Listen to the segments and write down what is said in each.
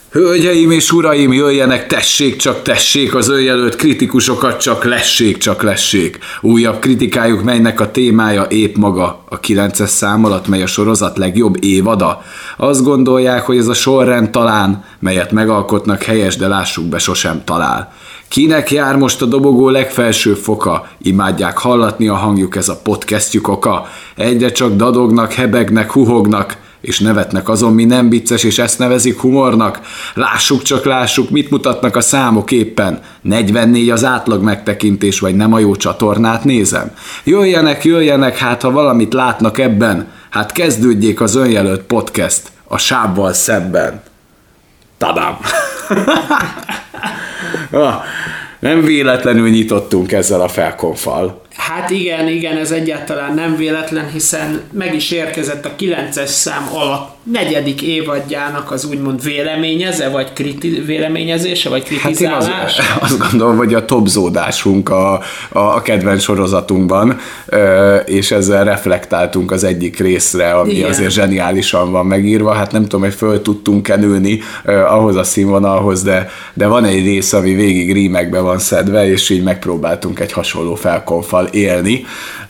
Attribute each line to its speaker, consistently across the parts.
Speaker 1: Hölgyeim és uraim, jöjjenek, tessék, csak tessék, az önjelölt kritikusokat csak lessék, csak lessék. Újabb kritikájuk, melynek a témája épp maga, a 9-es szám alatt, mely a sorozat legjobb évada. Azt gondolják, hogy ez a sorrend talán, melyet megalkotnak, helyes, de lássuk be, sosem talál. Kinek jár most a dobogó legfelső foka? Imádják hallatni a hangjuk, ez a podcastjük oka. Egyre csak dadognak, hebegnek, huhognak, és nevetnek azon, mi nem vicces, és ezt nevezik humornak. Lássuk csak, lássuk, mit mutatnak a számok éppen. 44 az átlag megtekintés, vagy nem a jó csatornát nézem. Jöjjenek, jöjjenek, hát ha valamit látnak ebben, hát kezdődjék az önjelölt podcast a sábbal szemben. Tadám! Nem véletlenül nyitottunk ezzel a felkonfal.
Speaker 2: Hát igen, ez egyáltalán nem véletlen, hiszen meg is érkezett a 9-es szám alatt 4. évadjának az úgymond véleményeze, vagy véleményezése, vagy kritizálása.
Speaker 1: Hát azt gondolom, hogy a topzódásunk a kedvenc sorozatunkban, és ezzel reflektáltunk az egyik részre, ami igen, azért zseniálisan van megírva. Hát nem tudom, hogy föl tudtunk-e nőni ahhoz a színvonalhoz, de van egy rész, ami végig rímekbe van szedve, és így megpróbáltunk egy hasonló felkonfal élni.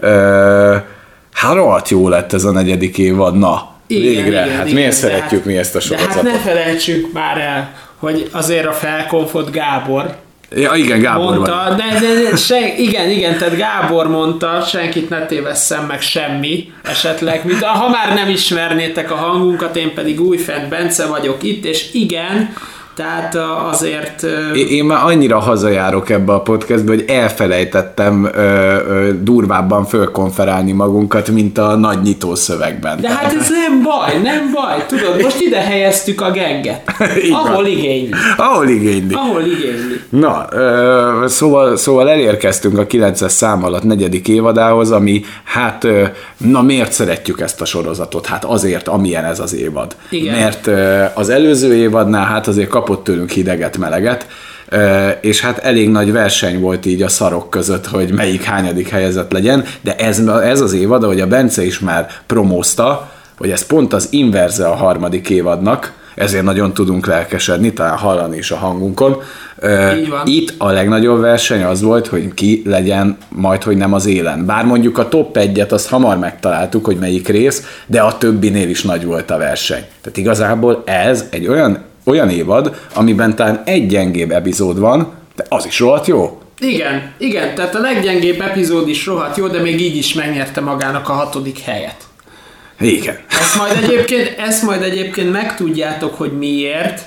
Speaker 1: Hát rohadt jó lett ez a 4. évad, na. Végre, hát miért szeretjük mi ezt a sorozatot?
Speaker 2: De hát ne felejtsük már el, hogy azért a felkonfot Gábor
Speaker 1: ja, igen, Gábor
Speaker 2: mondta, igen, tehát Gábor mondta, senkit ne tévesszem meg semmi, esetleg, ha már nem ismernétek a hangunkat, én pedig Újfent Bence vagyok itt, és igen, tehát azért...
Speaker 1: Én már annyira hazajárok ebbe a podcastbe, hogy elfelejtettem durvábban fölkonferálni magunkat, mint a nagy nyitószövegben.
Speaker 2: De hát ez nem baj. Tudod, most ide helyeztük a gegget. Ahol igényli. Na, szóval elérkeztünk a 9-es szám alatt 4. évadához, ami hát, na miért szeretjük ezt a sorozatot? Hát azért, amilyen ez az évad. Igen. Mert az előző évadnál hát azért kapott tőlünk hideget, meleget, és hát elég nagy verseny volt így a szarok között, hogy melyik hányadik helyezett legyen, de ez az évad, ahogy a Bence is már promózta, hogy ez pont az inverze a 3. évadnak, ezért nagyon tudunk lelkesedni, talán hallani is a hangunkon. Itt a legnagyobb verseny az volt, hogy ki legyen majd, hogy nem az élen. Bár mondjuk a top 1-et azt hamar megtaláltuk, hogy melyik rész, de a többinél is nagy volt a verseny. Tehát igazából ez egy olyan évad, amiben talán egy gyengébb epizód van, de az is rohadt jó. Igen, tehát a leggyengébb epizód is rohadt jó, de még így is megnyerte magának a 6. helyet.
Speaker 1: Igen.
Speaker 2: Ezt majd egyébként megtudjátok, hogy miért,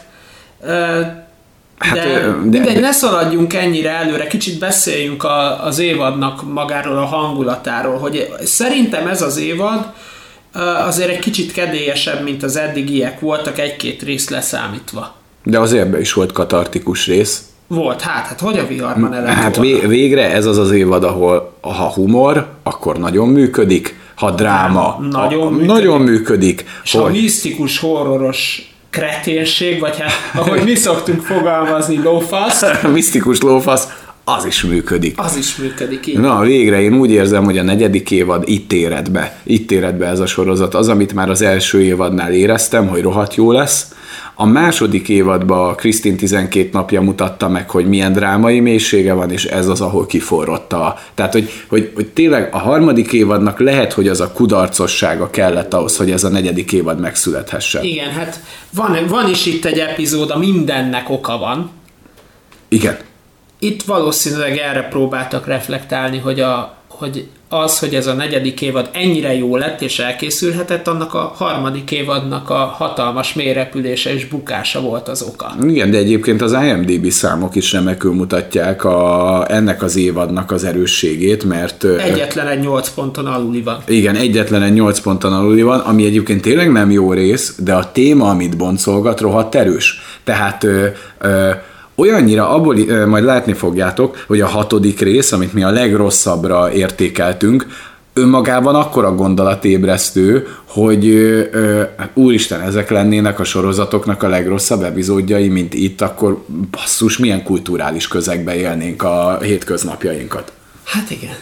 Speaker 2: de ne szaladjunk ennyire előre, kicsit beszéljünk az évadnak magáról, a hangulatáról, hogy szerintem ez az évad azért egy kicsit kedélyesebb, mint az eddigiek voltak, 1-2 rész leszámítva.
Speaker 1: De azért be is volt katartikus rész.
Speaker 2: Volt, hát hogy a viharban elett
Speaker 1: hát végre ez az évad, ahol ha humor, akkor nagyon működik, ha dráma, nagyon működik.
Speaker 2: És a misztikus, horroros kreténség, vagy hát ahogy mi szoktunk fogalmazni, lófasz.
Speaker 1: Misztikus lófasz, az is működik.
Speaker 2: Így.
Speaker 1: Na, végre én úgy érzem, hogy a 4. évad itt éred be ez a sorozat. Az, amit már az első évadnál éreztem, hogy rohadt jó lesz. A 2. évadban Krisztin 12 napja mutatta meg, hogy milyen drámai mélysége van, és ez az, ahol kiforrott tehát, hogy tényleg a 3. évadnak lehet, hogy az a kudarcossága kellett ahhoz, hogy ez a 4. évad megszülethessen.
Speaker 2: Igen, hát van is itt egy epizód, a mindennek oka van.
Speaker 1: Igen.
Speaker 2: Itt valószínűleg erre próbáltak reflektálni, hogy hogy ez a 4. évad ennyire jó lett és elkészülhetett, annak a 3. évadnak a hatalmas mélyrepülése és bukása volt az oka.
Speaker 1: Igen, de egyébként az IMDb számok is remekül mutatják ennek az évadnak az erősségét, mert...
Speaker 2: Egyetlen egy 8 ponton aluli van.
Speaker 1: Igen, egyetlen egy 8 ponton aluli van, ami egyébként tényleg nem jó rész, de a téma, amit boncolgat, rohadt erős. Tehát... olyannyira, abból majd látni fogjátok, hogy a 6. rész, amit mi a legrosszabbra értékeltünk, önmagában akkora gondolatébresztő, hogy úristen, ezek lennének a sorozatoknak a legrosszabb epizódjai, mint itt, akkor basszus, milyen kulturális közegbe élnénk a hétköznapjainkat.
Speaker 2: Hát igen.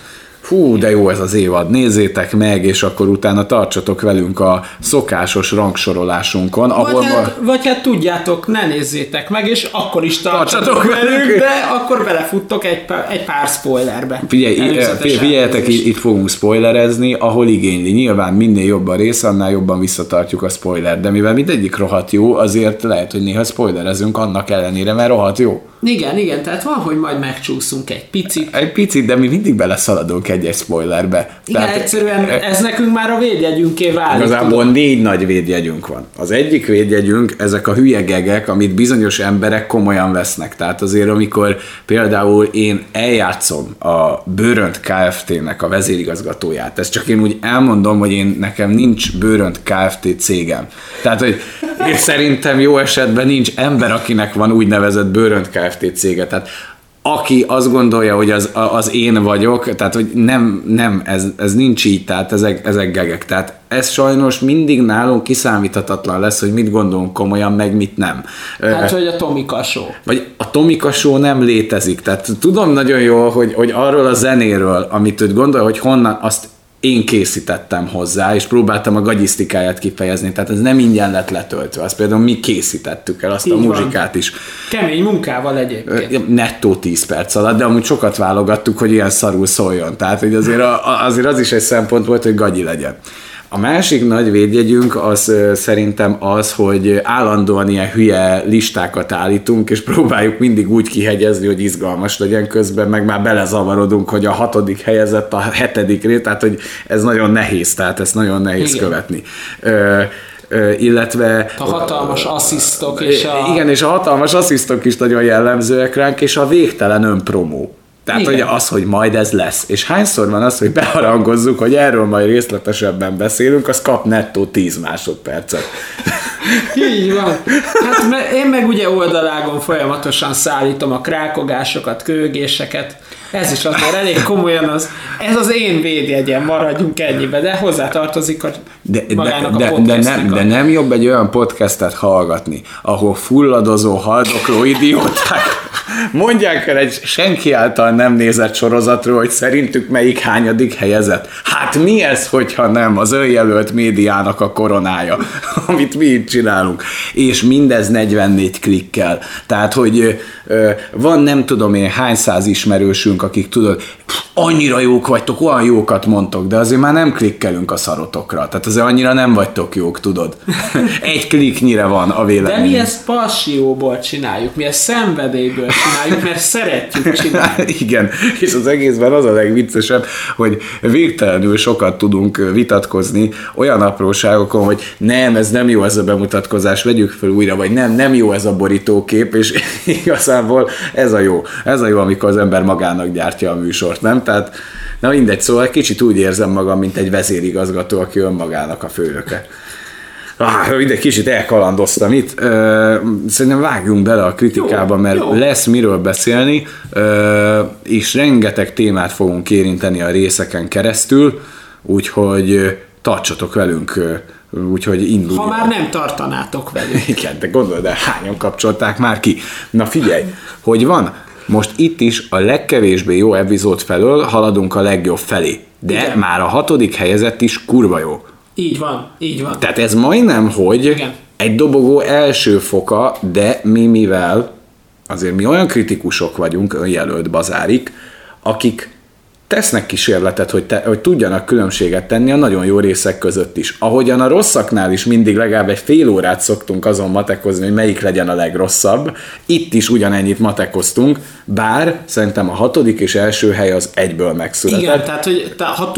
Speaker 1: hú, de jó ez az évad, nézzétek meg, és akkor utána tartsatok velünk a szokásos rangsorolásunkon.
Speaker 2: Vagy hát tudjátok, ne nézzétek meg, és akkor is tartsatok velünk, de akkor belefuttok egy pár spoilerbe.
Speaker 1: Figyeljetek, itt fogunk spoilerezni, ahol igényli. Nyilván minél jobb a rész, annál jobban visszatartjuk a spoiler, de mivel mindegyik rohadt jó, azért lehet, hogy néha spoilerezünk annak ellenére, mert rohadt jó.
Speaker 2: Igen, tehát van, hogy majd megcsúszunk egy picit.
Speaker 1: Egy picit, de mi mindig beleszaladunk egy spoilerbe.
Speaker 2: Igen, tehát, egyszerűen ez nekünk már a védjegyünké válik.
Speaker 1: Igazából 4 nagy védjegyünk van. Az egyik védjegyünk, ezek a hülye gegek, amit bizonyos emberek komolyan vesznek. Tehát azért, amikor például én eljátszom a Bőrönt Kft-nek a vezérigazgatóját, ezt csak én úgy elmondom, hogy nekem nincs Bőrönt Kft cégem. Tehát, hogy én szerintem jó esetben nincs ember, akinek van úgynevezett Bőrönt Kft cége. Tehát aki azt gondolja, hogy az én vagyok, tehát hogy nem ez nincs így, tehát ezek gegek. Tehát ez sajnos mindig nálunk kiszámíthatatlan lesz, hogy mit gondolunk komolyan, meg mit nem.
Speaker 2: Hát, hogy a Tomika Show.
Speaker 1: Vagy a Tomika Show nem létezik. Tehát tudom nagyon jól, hogy arról a zenéről, amit őt gondol, hogy honnan, azt én készítettem hozzá, és próbáltam a gagyisztikáját kifejezni, tehát ez nem ingyen lett letöltve, azt például mi készítettük el, azt így a muzsikát is.
Speaker 2: Kemény munkával egyébként.
Speaker 1: Nettó 10 perc alatt, de amúgy sokat válogattuk, hogy ilyen szarul szóljon, tehát hogy azért az is egy szempont volt, hogy gagyi legyen. A másik nagy védjegyünk az szerintem az, hogy állandóan ilyen hülye listákat állítunk, és próbáljuk mindig úgy kihegyezni, hogy izgalmas legyen közben, meg már belezavarodunk, hogy a 6. helyezett a 7. rét, tehát hogy ez nagyon nehéz, tehát ezt nagyon nehéz követni. Illetve
Speaker 2: a hatalmas asszisztok és
Speaker 1: Igen, és a hatalmas asszisztok is nagyon jellemzőek ránk, és a végtelen önpromó. Tehát hogy az, hogy majd ez lesz. És hányszor van az, hogy beharangozzuk, hogy erről majd részletesebben beszélünk, az kap nettó 10 másodpercet.
Speaker 2: Így van. Hát én meg ugye oldalágon folyamatosan szállítom a krákogásokat, köhögéseket. Ez is azért elég komolyan ez az én védjegyem, maradjunk ennyibe, de hozzátartozik magának a podcastnak.
Speaker 1: De nem jobb egy olyan podcastet hallgatni, ahol fulladozó, haldokló idióták mondják el egy senki által nem nézett sorozatról, hogy szerintük melyik hányadik helyezett. Hát mi ez, hogyha nem az önjelölt médiának a koronája, amit mi itt csinálunk. És mindez 44 klikkel. Tehát, hogy van nem tudom én hány száz ismerősünk, akik tudod, annyira jók vagytok, olyan jókat mondtok, de azért már nem klikkelünk a szarotokra. Tehát azért annyira nem vagytok jók, tudod. Egy kliknyire van a vélemény.
Speaker 2: De mi ezt passzióból csináljuk, mi ezt szenvedélyből csináljuk, mert szeretjük csinálni.
Speaker 1: Igen, és az egészben az a legviccesebb, hogy végtelenül sokat tudunk vitatkozni olyan apróságokon, hogy nem, ez nem jó ez a bemutatkozás, vegyük fel újra, vagy nem jó ez a borítókép, és igazából ez a jó. Ez a jó, amikor az ember magának gyártja a műsort, nem? Tehát, na mindegy, szóval kicsit úgy érzem magam, mint egy vezérigazgató, aki önmagának a főnöke. Ide kicsit elkalandoztam itt. Szerintem vágjunk bele a kritikába, mert jó. Lesz miről beszélni, és rengeteg témát fogunk érinteni a részeken keresztül, úgyhogy tartsatok velünk, úgyhogy indulj.
Speaker 2: Ha már nem tartanátok velünk.
Speaker 1: Igen, de gondolod, de hányan kapcsolták már ki? Na figyelj, hogy van? Most itt is a legkevésbé jó epizód felől haladunk a legjobb felé. De igen. Már a 6. helyezett is kurva jó.
Speaker 2: Így van, így van.
Speaker 1: Tehát ez majdnem, hogy igen. Egy dobogó első foka, de mivel azért mi olyan kritikusok vagyunk, önjelölt bazárik, akik tesznek kísérletet, hogy tudjanak különbséget tenni a nagyon jó részek között is. Ahogyan a rosszaknál is mindig legalább egy fél órát szoktunk azon matekozni, hogy melyik legyen a legrosszabb, itt is ugyanennyit matekoztunk, bár szerintem a 6. és első hely az egyből megszületett.
Speaker 2: Igen, tehát hogy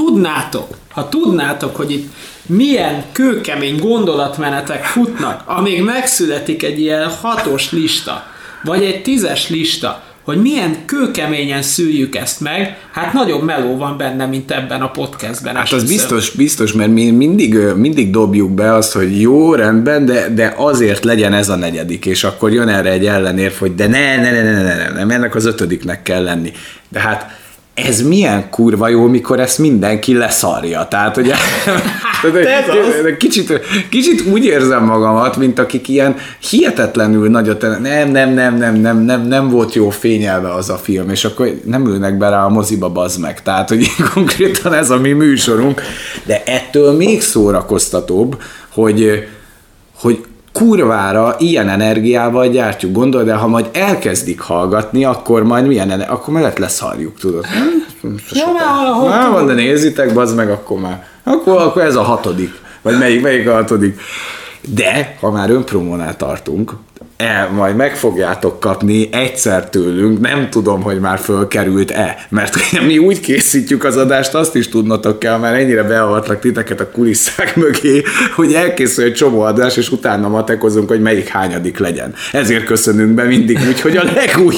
Speaker 2: ha tudnátok, hogy itt milyen kőkemény gondolatmenetek futnak, amíg megszületik egy ilyen 6-os lista, vagy egy 10-es lista, hogy milyen kőkeményen szüljük ezt meg, hát nagyobb meló van benne, mint ebben a podcastben.
Speaker 1: Hát az biztos, mert mi mindig dobjuk be azt, hogy jó, rendben, de azért legyen ez a 4. és akkor jön erre egy ellenérv, hogy de nem, ennek az 5-nek kell lenni. De hát ez milyen kurva jó, mikor ezt mindenki leszarja. Tehát, hogy kicsit úgy érzem magamat, mint akik ilyen hihetetlenül nagyot, nem volt jó fényelve az a film, és akkor nem ülnek be rá a moziba, bazd meg. Tehát, hogy konkrétan ez a mi műsorunk, de ettől még szórakoztatóbb, hogy kurvára ilyen energiával gyártjuk, gondolod, de ha majd elkezdik hallgatni, akkor majd akkor már leszarjuk, tudod. Van, de nézitek, bazd meg, akkor már. Akkor ez a 6. Vagy melyik a 6. De, ha már önpromónál tartunk, majd meg fogjátok kapni egyszer tőlünk, nem tudom, hogy már fölkerült-e, mert mi úgy készítjük az adást, azt is tudnotok kell, mert ennyire beavatlak titeket a kulisszák mögé, hogy elkészül egy csomó adás, és utána matekozunk, hogy melyik hányadik legyen. Ezért köszönünk be mindig úgy, hogy a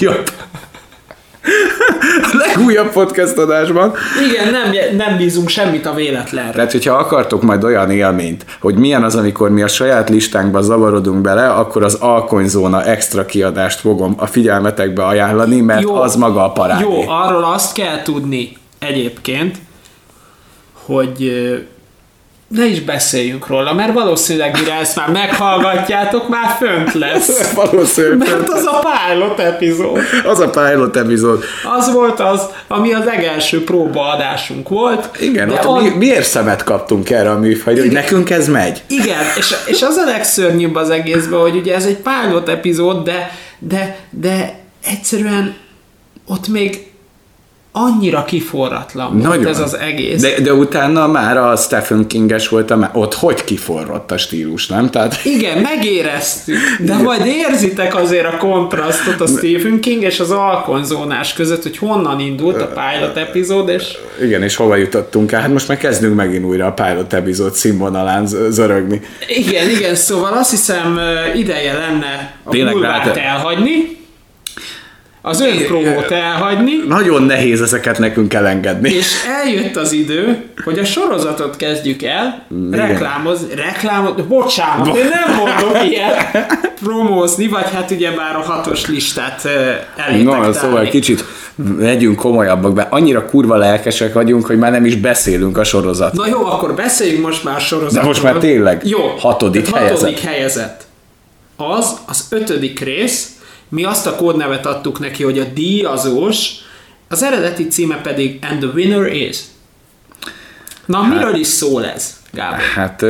Speaker 1: legújabb podcast adásban.
Speaker 2: Igen, nem bízunk semmit a véletlenre.
Speaker 1: Tehát, hogyha akartok majd olyan élményt, hogy milyen az, amikor mi a saját listánkba zavarodunk bele, akkor az Alkonyzóna extra kiadást fogom a figyelmetekbe ajánlani, mert jó, az maga a parádé.
Speaker 2: Jó, arról azt kell tudni egyébként, hogy ne is beszéljünk róla, mert valószínűleg mire ezt már meghallgatjátok, már fönt lesz.
Speaker 1: Valószínűleg.
Speaker 2: Mert az a pilot epizód.
Speaker 1: Az a pilot epizód.
Speaker 2: Az volt az, ami az legelső próbaadásunk volt.
Speaker 1: Igen, miért szemet kaptunk erre a műfajra, hogy nekünk ez megy?
Speaker 2: Igen, és az a legszörnyűbb az egészben, hogy ugye ez egy pilot epizód, de egyszerűen ott még annyira kiforratlan volt ez az egész.
Speaker 1: De utána már a Stephen King-es volt, ott hogy kiforrott a stílus, nem? Tehát...
Speaker 2: Igen, megéreztük, de majd érzitek azért a kontrasztot a Stephen King és az Alkonyzónás között, hogy honnan indult a pilot epizód, és...
Speaker 1: Igen, és hova jutottunk el? Hát most már kezdünk megint újra a pilot epizód színvonalán zörögni.
Speaker 2: Igen, szóval azt hiszem ideje lenne a bulvárt elhagyni, az önpróbót elhagyni.
Speaker 1: Nagyon nehéz ezeket nekünk elengedni.
Speaker 2: És eljött az idő, hogy a sorozatot kezdjük el reklámozni, bocsánat, én nem mondok ilyet, promózni, vagy hát ugye már a 6-os listát elétek tárni.
Speaker 1: Szóval kicsit legyünk komolyabbak, be. Annyira kurva lelkesek vagyunk, hogy már nem is beszélünk a sorozatról.
Speaker 2: Na jó, akkor beszéljünk most már a sorozatról.
Speaker 1: De most már tényleg.
Speaker 2: Jó.
Speaker 1: 6.
Speaker 2: helyezett. Az 5. rész. Mi azt a kódnevet adtuk neki, hogy a díjazós, az eredeti címe pedig And the Winner Is. Na, miről is szól ez, Gábor?
Speaker 1: Hát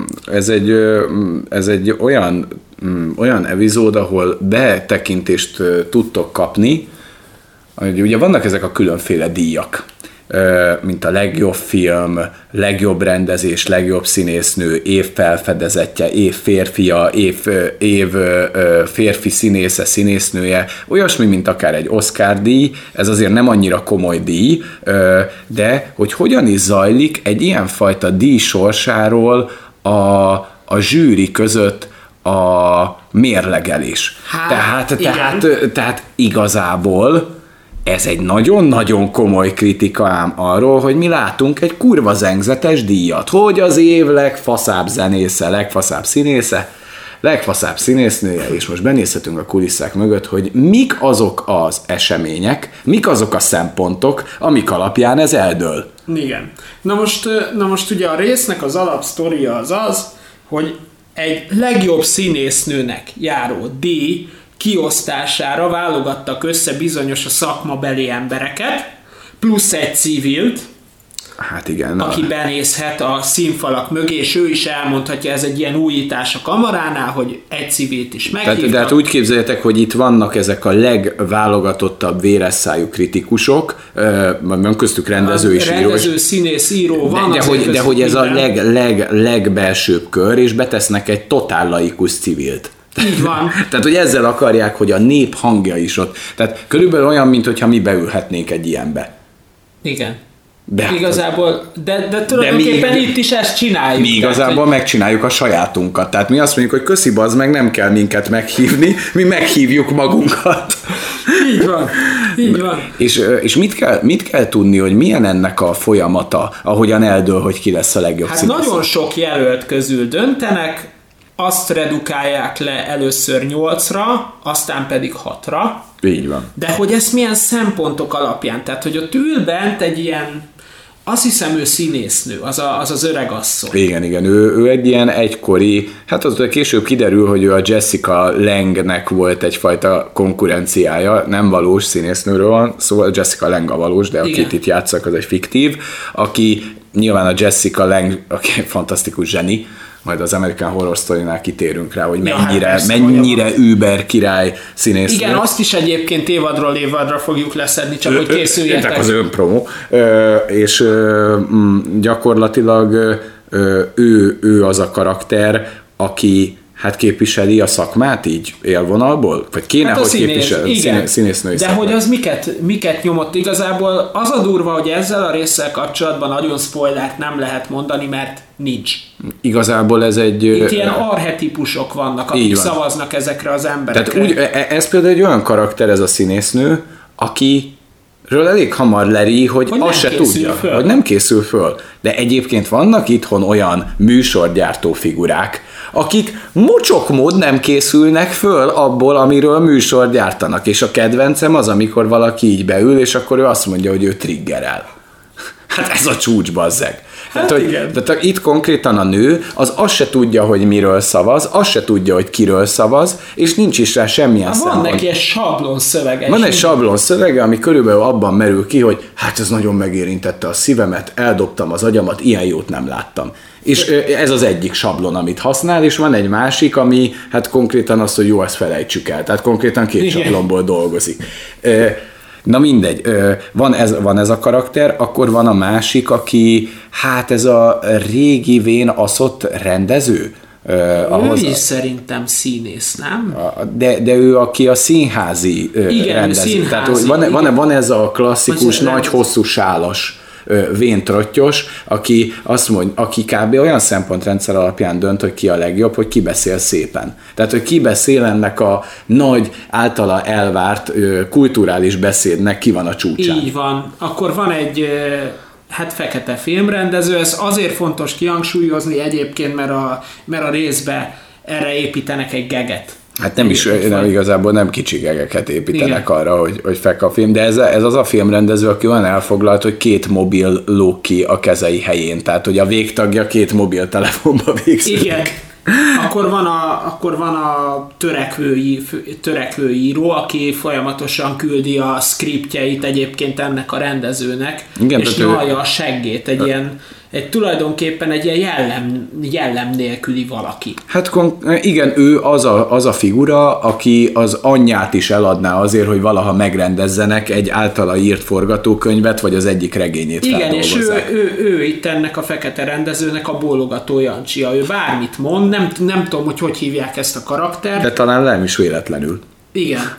Speaker 1: ez egy olyan epizód, ahol betekintést tudtok kapni, hogy ugye vannak ezek a különféle díjak, mint a legjobb film, legjobb rendezés, legjobb színésznő, év felfedezetje, év férfia, év férfi színésze, színésznője, olyasmi, mint akár egy Oscar díj, ez azért nem annyira komoly díj, de hogy hogyan is zajlik egy ilyenfajta díj sorsáról a zsűri között a mérlegelés. Tehát igazából ez egy nagyon-nagyon komoly kritika ám arról, hogy mi látunk egy kurva zengzetes díjat, hogy az év legfaszább zenésze, legfaszább színésze, legfaszább színésznője, és most benézhetünk a kulisszák mögött, hogy mik azok az események, mik azok a szempontok, amik alapján ez eldől.
Speaker 2: Igen. Na most ugye a résznek az alapsztoria az, hogy egy legjobb színésznőnek járó díj kiosztására válogattak össze bizonyos a szakmabeli embereket, plusz egy civilt,
Speaker 1: hát igen,
Speaker 2: aki benézhet a színfalak mögé, és ő is elmondhatja, ez egy ilyen újítás a kamaránál, hogy egy civilt is meghívtak.
Speaker 1: Tehát úgy képzeljétek, hogy itt vannak ezek a legválogatottabb véresszájú kritikusok, van köztük rendező és író.
Speaker 2: Rendező, színész, író van.
Speaker 1: De hogy ez a legbelsőbb kör, és betesznek egy totál laikus civilt.
Speaker 2: Így van.
Speaker 1: Tehát, hogy ezzel akarják, hogy a nép hangja is ott. Tehát körülbelül olyan, mintha mi beülhetnénk egy ilyenbe.
Speaker 2: Igen. Igazából, de tulajdonképpen itt is ezt csináljuk.
Speaker 1: Mi igazából megcsináljuk a sajátunkat. Tehát mi azt mondjuk, hogy köszi bazd meg, nem kell minket meghívni, mi meghívjuk magunkat.
Speaker 2: Így van.
Speaker 1: És mit kell tudni, hogy milyen ennek a folyamata, ahogyan eldől, hogy ki lesz a legjobb színész?
Speaker 2: Nagyon sok jelölt közül döntenek, azt redukálják le először 8-ra, aztán pedig 6-ra.
Speaker 1: Így van.
Speaker 2: De hogy ezt milyen szempontok alapján? Tehát, hogy ott ül bent egy ilyen, azt hiszem ő színésznő, az öregasszony.
Speaker 1: Igen, ő egy ilyen egykori, hát az később kiderül, hogy ő a Jessica Lange-nek volt egyfajta konkurenciája, nem valós színésznőről van, szóval Jessica Lange a valós, de akit itt játszak, az egy fiktív, aki nyilván a Jessica Lange, aki fantasztikus zseni, majd az American Horror Story-nál kitérünk rá, hogy mennyire über király színésznő.
Speaker 2: Igen, azt is egyébként évadról évadra fogjuk leszedni, csak hogy készüljetek.
Speaker 1: Az önpromó. És gyakorlatilag ő az a karakter, aki hát képviseli a szakmát így élvonalból? Vagy kéne, hogy képviseli színésznői
Speaker 2: de
Speaker 1: szakmát.
Speaker 2: hogy az miket nyomott igazából? Az a durva, hogy ezzel a résszel kapcsolatban nagyon spoilert nem lehet mondani, mert nincs.
Speaker 1: Igazából ez egy...
Speaker 2: Itt ilyen archetípusok vannak, akik szavaznak ezekre az emberekre.
Speaker 1: Tehát ez például egy olyan karakter, ez a színésznő, akiről elég hamar leri, hogy azt se tudja, hogy nem készül föl. De egyébként vannak itthon olyan műsorgyártó figurák, akik mocsokmód nem készülnek föl abból, amiről műsor gyártanak. És a kedvencem az, amikor valaki így beül, és akkor ő azt mondja, hogy ő triggerel. Hát ez a csúcs, bazzeg. Tehát itt konkrétan a nő, az azt se tudja, hogy miről szavaz, azt se tudja, hogy kiről szavaz, és nincs is rá semmilyen szempont.
Speaker 2: Van neki egy sablon szövege.
Speaker 1: Van egy sablon szövege, ami körülbelül abban merül ki, hogy hát ez nagyon megérintette a szívemet, eldobtam az agyamat, ilyen jót nem láttam. És ez az egyik sablon, amit használ, és van egy másik, ami hát konkrétan az, hogy jó, ezt felejtsük el. Tehát konkrétan két sablonból dolgozik. Na mindegy, van ez a karakter, akkor van a másik, aki hát ez a régi vén aszott rendező.
Speaker 2: Ő is szerintem színész, nem?
Speaker 1: De ő, aki a színházi rendező.
Speaker 2: Színházi.
Speaker 1: Tehát van ez a klasszikus, nagy, hosszú sálas véntrottyos, aki azt mondja, aki kb. Olyan szempontrendszer alapján dönt, hogy ki a legjobb, hogy ki beszél szépen. Tehát, hogy ki beszél ennek a nagy, általa elvárt kulturális beszédnek, ki van a csúcsán.
Speaker 2: Így van. Akkor van egy fekete filmrendező, ez azért fontos kihangsúlyozni egyébként, mert a részbe erre építenek egy geget.
Speaker 1: Hát nem igazából nem kicsi gegeket építenek arra, hogy fek a film, de ez az a filmrendező, aki olyan elfoglalt, hogy 2 mobil lóg ki a kezei helyén, tehát hogy a végtagja 2 mobiltelefonba végződik. Igen.
Speaker 2: Akkor van a törekvő író, aki folyamatosan küldi a szkriptjeit egyébként ennek a rendezőnek, igen, és nyalja a seggét, egy tulajdonképpen egy ilyen jellem nélküli valaki.
Speaker 1: Hát igen, ő az a figura, aki az anyját is eladná azért, hogy valaha megrendezzenek egy általa írt forgatókönyvet, vagy az egyik regényét feldolgozzák.
Speaker 2: Igen, és ő itt ennek a fekete rendezőnek a bólogató Jancsia. Ő bármit mond, nem tudom, hogy hívják ezt a karaktert.
Speaker 1: De talán nem is véletlenül.
Speaker 2: Igen,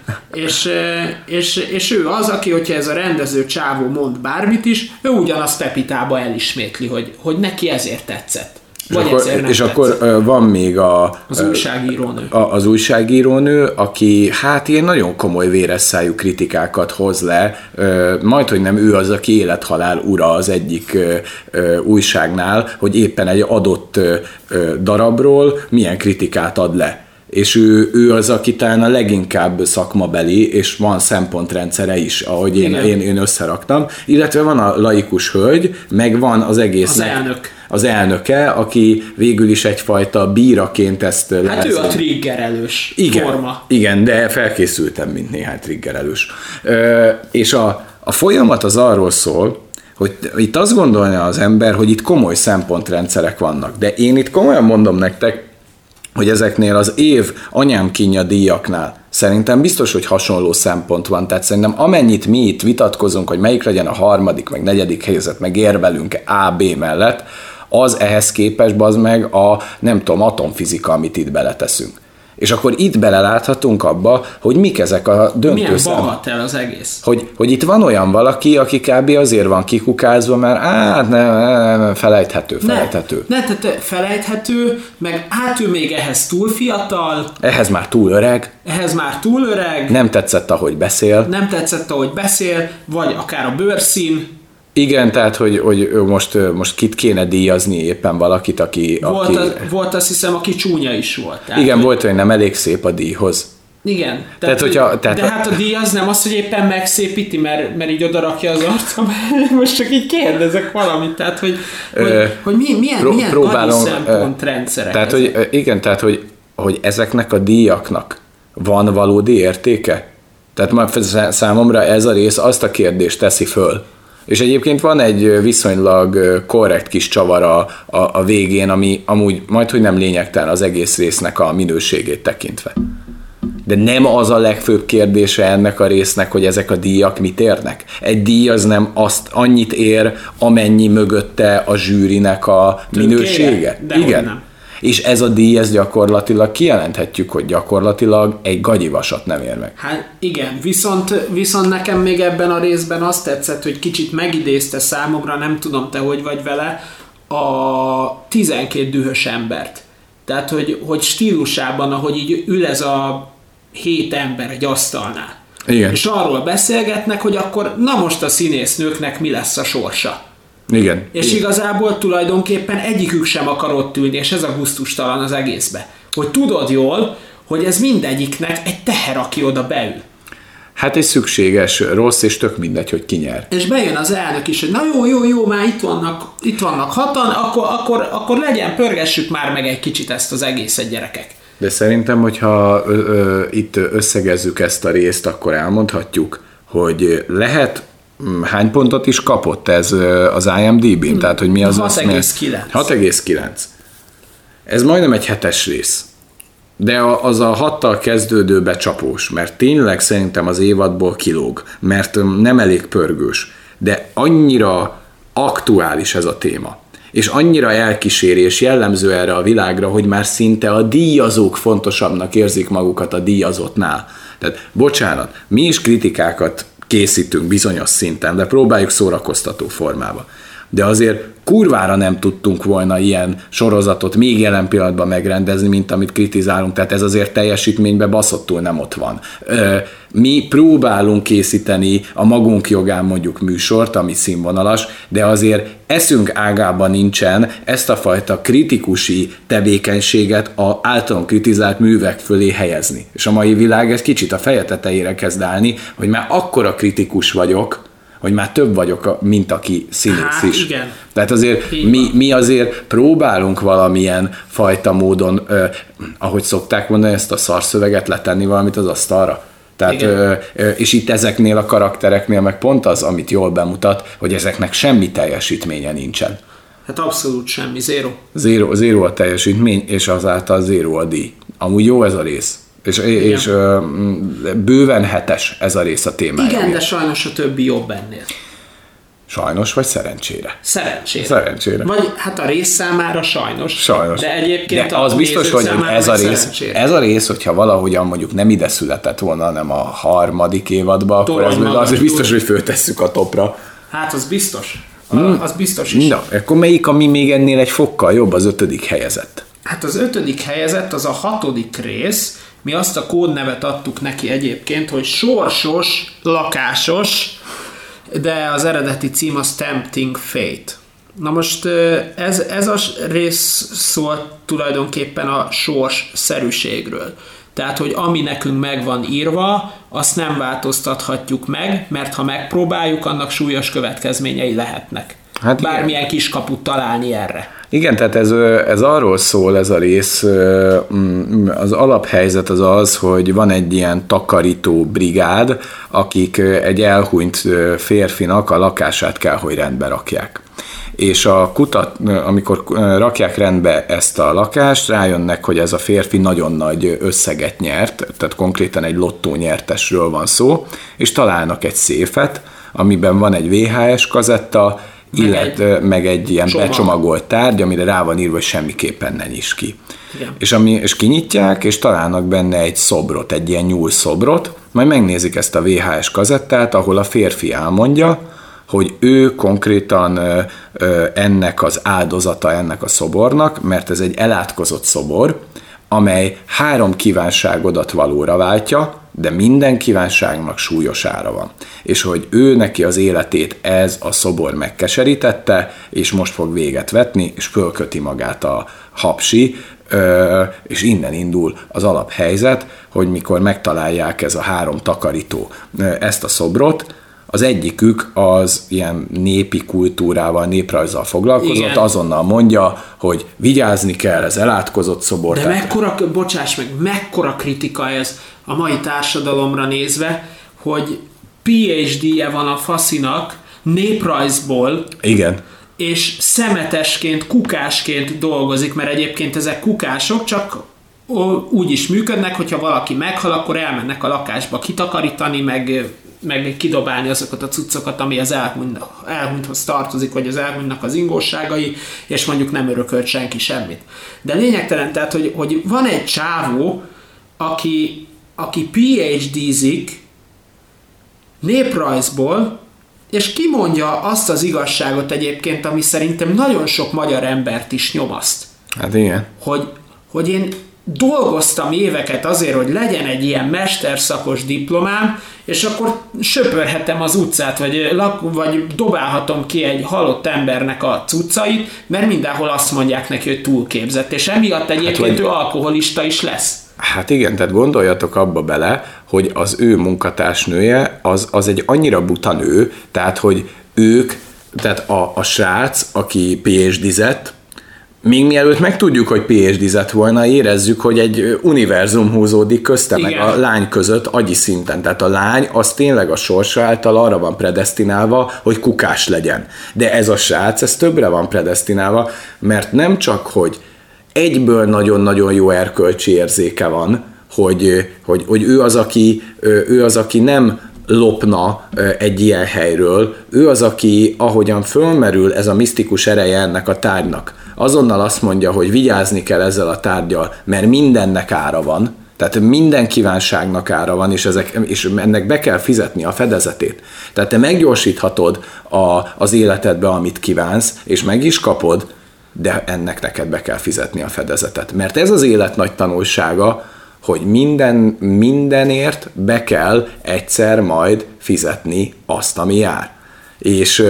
Speaker 2: és ő az, aki, hogyha ez a rendező csávó mond bármit is, ő ugyanazt Pepitába elismétli, hogy neki ezért tetszett.
Speaker 1: És akkor van még
Speaker 2: az újságírónő.
Speaker 1: Az újságírónő, aki hát ilyen nagyon komoly véres szájú kritikákat hoz le, majdhogy nem ő az, aki élethalál ura az egyik újságnál, hogy éppen egy adott darabról milyen kritikát ad le. És ő az, aki talán a leginkább szakmabeli, és van szempontrendszere is, ahogy én összeraktam. Illetve van a laikus hölgy, meg van az egésznek az elnöke, aki végül is egyfajta bíraként ezt
Speaker 2: hát ő a triggerelős forma.
Speaker 1: Igen, de felkészültem, mint néhány triggerelős. És a folyamat az arról szól, hogy itt azt gondolja az ember, hogy itt komoly szempontrendszerek vannak. De én itt komolyan mondom nektek, hogy ezeknél az év anyám kínja díjaknál szerintem biztos, hogy hasonló szempont van. Tehát szerintem amennyit mi itt vitatkozunk, hogy melyik legyen a 3., meg 4. helyzet, meg érvelünk A, B mellett, az ehhez képest az meg a, nem tudom, atomfizika, amit itt beleteszünk. És akkor itt beleláthatunk abba, hogy mik ezek a döntőszámok.
Speaker 2: Milyen bagatel az egész.
Speaker 1: Hogy itt van olyan valaki, aki kb. Azért van kikukázva, mert nem, felejthető.
Speaker 2: Tehát felejthető, meg ő még ehhez túl fiatal.
Speaker 1: Ehhez már túl öreg.
Speaker 2: Nem tetszett, ahogy beszél. Vagy akár a bőrszín.
Speaker 1: Igen, tehát, hogy most kit kéne díjazni éppen valakit, aki...
Speaker 2: Volt azt hiszem, aki csúnya is volt.
Speaker 1: Tehát, igen, volt, hogy nem elég szép a díjhoz.
Speaker 2: Igen.
Speaker 1: De
Speaker 2: hát a díj az nem az, hogy éppen megszépíti, mert így odarakja az arcom. Most csak így kérdezek valamit, tehát, hogy milyen gagyi szempontrendszerek.
Speaker 1: Tehát, hogy, igen, tehát, hogy ezeknek a díjaknak van valódi értéke? Tehát számomra ez a rész azt a kérdést teszi föl. És egyébként van egy viszonylag korrekt kis csavar a végén, ami amúgy majdhogy nem lényegtelen az egész résznek a minőségét tekintve. De nem az a legfőbb kérdése ennek a résznek, hogy ezek a díjak mit érnek. Egy díj az nem azt annyit ér, amennyi mögötte a zsűrinek a minősége. Igen. Nem. És ez a díj, ez gyakorlatilag kijelenthetjük, hogy gyakorlatilag egy gagyivasat nem ér meg.
Speaker 2: Hát igen, viszont nekem még ebben a részben azt tetszett, hogy kicsit megidézte számomra, nem tudom te hogy vagy vele, a 12 dühös embert. Tehát, hogy stílusában, ahogy így ül ez a 7 ember egy asztalnál.
Speaker 1: Igen.
Speaker 2: És arról beszélgetnek, hogy akkor na most a színésznőknek mi lesz a sorsa.
Speaker 1: Igen.
Speaker 2: És igazából tulajdonképpen egyikük sem akar ott ülni, és ez a gusztustalan az egészbe. Hogy tudod jól, hogy ez mindegyiknek egy teher, aki oda beül.
Speaker 1: Hát egy szükséges rossz, és tök mindegy, hogy ki nyer.
Speaker 2: És bejön az elnök is, hogy na jó, már itt vannak hatan, akkor legyen, pörgessük már meg egy kicsit ezt az egészet, gyerekek.
Speaker 1: De szerintem, hogyha itt összegezzük ezt a részt, akkor elmondhatjuk, hogy lehet, hány pontot is kapott ez az IMDb-n? Tehát, hogy mi az
Speaker 2: 6,9.
Speaker 1: 6,9. Ez majdnem egy 7-es rész. De az a 6-tal kezdődő becsapós, mert tényleg szerintem az évadból kilóg, mert nem elég pörgős, de annyira aktuális ez a téma, és annyira elkíséri és jellemző erre a világra, hogy már szinte a díjazók fontosabbnak érzik magukat a díjazottnál. Tehát bocsánat, mi is kritikákat készítünk bizonyos szinten, de próbáljuk szórakoztató formába. De azért kurvára nem tudtunk volna ilyen sorozatot még jelen pillanatban megrendezni, mint amit kritizálunk, tehát ez azért teljesítményben baszottul nem ott van. Mi próbálunk készíteni a magunk jogán mondjuk műsort, ami színvonalas, de azért eszünk ágában nincsen ezt a fajta kritikusi tevékenységet az általunk kritizált művek fölé helyezni. És a mai világ ez kicsit a feje tetejére kezd állni, hogy már akkora kritikus vagyok, hogy már több vagyok, mint aki színész is.
Speaker 2: Igen.
Speaker 1: Tehát azért mi azért próbálunk valamilyen fajta módon, ahogy szokták mondani, ezt a szarszöveget letenni valamit az asztalra. Tehát, és itt ezeknél a karaktereknél meg pont az, amit jól bemutat, hogy ezeknek semmi teljesítménye nincsen.
Speaker 2: Hát abszolút semmi, zéro.
Speaker 1: Zéro a teljesítmény, és azáltal zéro a díj. Amúgy jó ez a rész. És bőven 7-es ez a rész a témája.
Speaker 2: Igen, de sajnos a többi jobb ennél.
Speaker 1: Sajnos, vagy szerencsére?
Speaker 2: Szerencsére. Vagy hát a rész számára sajnos. De egyébként
Speaker 1: de az biztos, hogy ez a rész, hogyha valahogyan mondjuk nem ide született volna, hanem a 3. évadban, akkor az is biztos, hogy föltesszük a topra.
Speaker 2: Hát az biztos. Az biztos is.
Speaker 1: Na, akkor melyik, ami még ennél egy fokkal jobb, az 5. helyezett?
Speaker 2: Hát az 5. helyezett az a 6. rész. Mi azt a kódnevet adtuk neki egyébként, hogy sorsos, lakásos, de az eredeti cím az Tempting Fate. Na most ez a rész szól tulajdonképpen a sorsszerűségről. Tehát, hogy ami nekünk meg van írva, azt nem változtathatjuk meg, mert ha megpróbáljuk, annak súlyos következményei lehetnek. Hát bármilyen kiskaput találni erre.
Speaker 1: Igen, tehát ez arról szól, ez a rész, az alaphelyzet az, hogy van egy ilyen takarító brigád, akik egy elhunyt férfinak a lakását kell, hogy rendbe rakják. És amikor rakják rendbe ezt a lakást, rájönnek, hogy ez a férfi nagyon nagy összeget nyert, tehát konkrétan egy lottó nyertesről van szó, és találnak egy széfet, amiben van egy VHS kazetta, meg egy ilyen becsomagolt tárgy, amire rá van írva, hogy semmiképpen ne nyisd ki. És kinyitják, és találnak benne egy szobrot, egy ilyen nyúlszobrot, majd megnézik ezt a VHS kazettát, ahol a férfi elmondja, hogy ő konkrétan ennek az áldozata ennek a szobornak, mert ez egy elátkozott szobor, amely 3 kívánságodat valóra váltja, de minden kívánságnak súlyos ára van. És hogy ő neki az életét ez a szobor megkeserítette, és most fog véget vetni, és fölköti magát a hapsi, és innen indul az alaphelyzet, hogy mikor megtalálják ez a 3 takarító ezt a szobrot, az egyikük az ilyen népi kultúrával, néprajzzal foglalkozott, igen. Azonnal mondja, hogy vigyázni kell, ez elátkozott szobor.
Speaker 2: De mekkora kritika ez a mai társadalomra nézve, hogy PhD-je van a faszinak néprajzból,
Speaker 1: igen.
Speaker 2: És szemetesként, kukásként dolgozik, mert egyébként ezek kukások, csak úgy is működnek, hogyha valaki meghal, akkor elmennek a lakásba kitakarítani, meg kidobálni azokat a cuccokat, ami az elhunythoz tartozik, vagy az elhunytnak az ingósságai, és mondjuk nem örökölt senki semmit. De lényegtelen, tehát, hogy van egy csávó, aki PhD-zik néprajzból, és kimondja azt az igazságot egyébként, ami szerintem nagyon sok magyar embert is nyomaszt.
Speaker 1: Hát igen.
Speaker 2: Hogy én dolgoztam éveket azért, hogy legyen egy ilyen mesterszakos diplomám, és akkor söpörhetem az utcát, vagy dobálhatom ki egy halott embernek a cuccait, mert mindenhol azt mondják neki, hogy túlképzett, és emiatt egyébként ő alkoholista is lesz.
Speaker 1: Hát igen, tehát gondoljatok abba bele, hogy az ő munkatársnője az egy annyira buta nő, tehát hogy ők, tehát a srác, aki PhD-zett, még mielőtt megtudjuk, hogy PhD-zett volna, érezzük, hogy egy univerzum húzódik közte, igen. Meg a lány között agyi szinten. Tehát a lány az tényleg a sorsa által arra van predesztinálva, hogy kukás legyen. De ez a srác, ez többre van predesztinálva, mert nem csak, hogy egyből nagyon-nagyon jó erkölcsi érzéke van, hogy ő az, aki nem lopna egy ilyen helyről, ő az, aki ahogyan fölmerül ez a misztikus ereje ennek a tárgynak, azonnal azt mondja, hogy vigyázni kell ezzel a tárggyal, mert mindennek ára van, tehát minden kívánságnak ára van, és ennek be kell fizetni a fedezetét. Tehát te meggyorsíthatod az életedbe, amit kívánsz, és meg is kapod, de ennek neked be kell fizetni a fedezetet. Mert ez az élet nagy tanulsága, hogy mindenért be kell egyszer majd fizetni azt, ami jár. És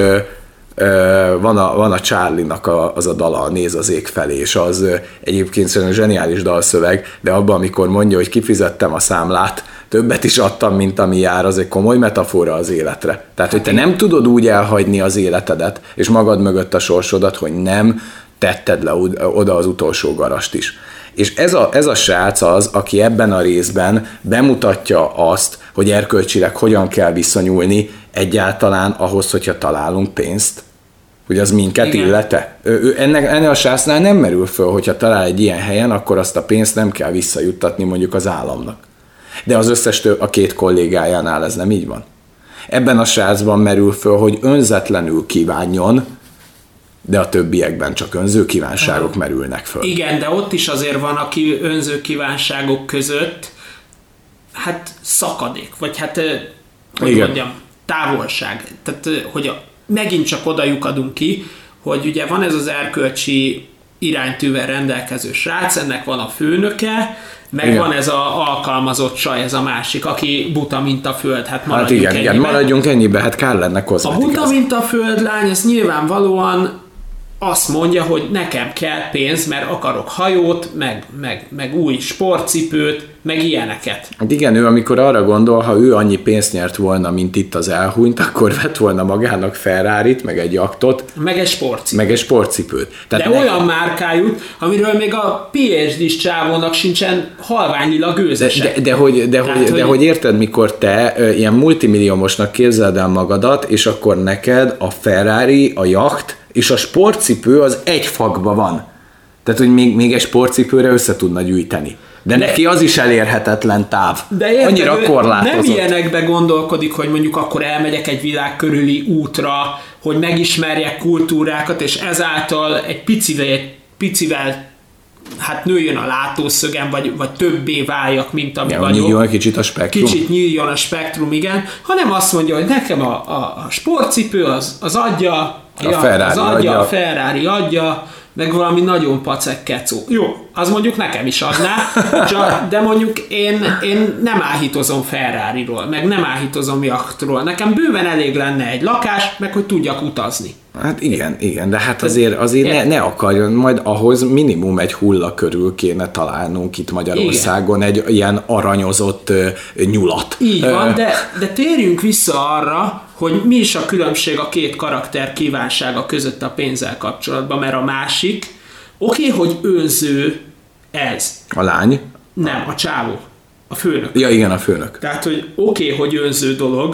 Speaker 1: van a Charlie-nak az a dala, Néz az ég felé, és az egyébként szerintem zseniális dalszöveg, de abban, amikor mondja, hogy kifizettem a számlát, többet is adtam, mint ami jár, az egy komoly metafora az életre. Tehát, hogy te nem tudod úgy elhagyni az életedet, és magad mögött a sorsodat, hogy nem tetted le oda az utolsó garast is. És ez a srác az, aki ebben a részben bemutatja azt, hogy erkölcsileg hogyan kell viszonyulni egyáltalán ahhoz, hogyha találunk pénzt, hogy az minket illete. Ennek a srácnál nem merül föl, hogyha talál egy ilyen helyen, akkor azt a pénzt nem kell visszajuttatni mondjuk az államnak. De az összes a 2 kollégájánál ez nem így van. Ebben a srácban merül föl, hogy önzetlenül kívánjon, de a többiekben csak önző kívánságok merülnek föl.
Speaker 2: Igen, de ott is azért van, aki önző kívánságok között hát szakadék, vagy hát, hogy mondjam, távolság. Tehát, hogy megint csak oda lyukadunk ki, hogy ugye van ez az erkölcsi iránytűvel rendelkező srác, ennek van a főnöke, meg igen. Van ez az alkalmazott csaj, ez a másik, aki buta, mint a föld. Hát
Speaker 1: igen, maradjunk ennyibe, hát kár lenne kozmetika.
Speaker 2: A buta, mint a föld lány, ez nyilvánvalóan azt mondja, hogy nekem kell pénz, mert akarok hajót, meg új sportcipőt, meg ilyeneket.
Speaker 1: Hát igen, ő amikor arra gondol, ha ő annyi pénzt nyert volna, mint itt az elhunyt, akkor vett volna magának Ferrarit, meg egy jaktot.
Speaker 2: Meg egy sportcipőt.
Speaker 1: Tehát
Speaker 2: de olyan márkájút, amiről még a PhD-s csávónak sincsen halványilag gőzese.
Speaker 1: De hogy érted, mikor te ilyen multimilliómosnak képzeled el magadat, és akkor neked a Ferrari, a jakt, és a sportcipő az egy fakba van. Tehát, hogy még egy sportcipőre össze tudna gyűjteni. De neki az is elérhetetlen táv.
Speaker 2: De érted, annyira korlátozott. Nem ilyenekbe gondolkodik, hogy mondjuk akkor elmegyek egy világ körüli útra, hogy megismerjek kultúrákat, és ezáltal egy picivel hát nőjön a látószögem, vagy többé váljak, mint ami vagyok.
Speaker 1: Nyíljon egy kicsit a spektrum.
Speaker 2: Kicsit nyíljon a spektrum, igen. Hanem azt mondja, hogy nekem a sportcipő az adja, a Ferrari adja, meg valami nagyon pacek kecó. Jó, az mondjuk nekem is adná, de mondjuk én nem áhítozom Ferrariról, meg nem áhítozom jachtról. Nekem bőven elég lenne egy lakás, meg hogy tudjak utazni.
Speaker 1: Hát igen, de hát azért ne akarjon, majd ahhoz minimum egy hulla körül kéne találnunk itt Magyarországon egy ilyen aranyozott nyulat.
Speaker 2: Így van, de térjünk vissza arra, hogy mi is a különbség a két karakter kívánsága között a pénzzel kapcsolatban, mert a másik, hogy önző ez.
Speaker 1: A lány?
Speaker 2: Nem, a csávó. A főnök.
Speaker 1: Ja, igen, a főnök.
Speaker 2: Tehát, hogy hogy önző dolog,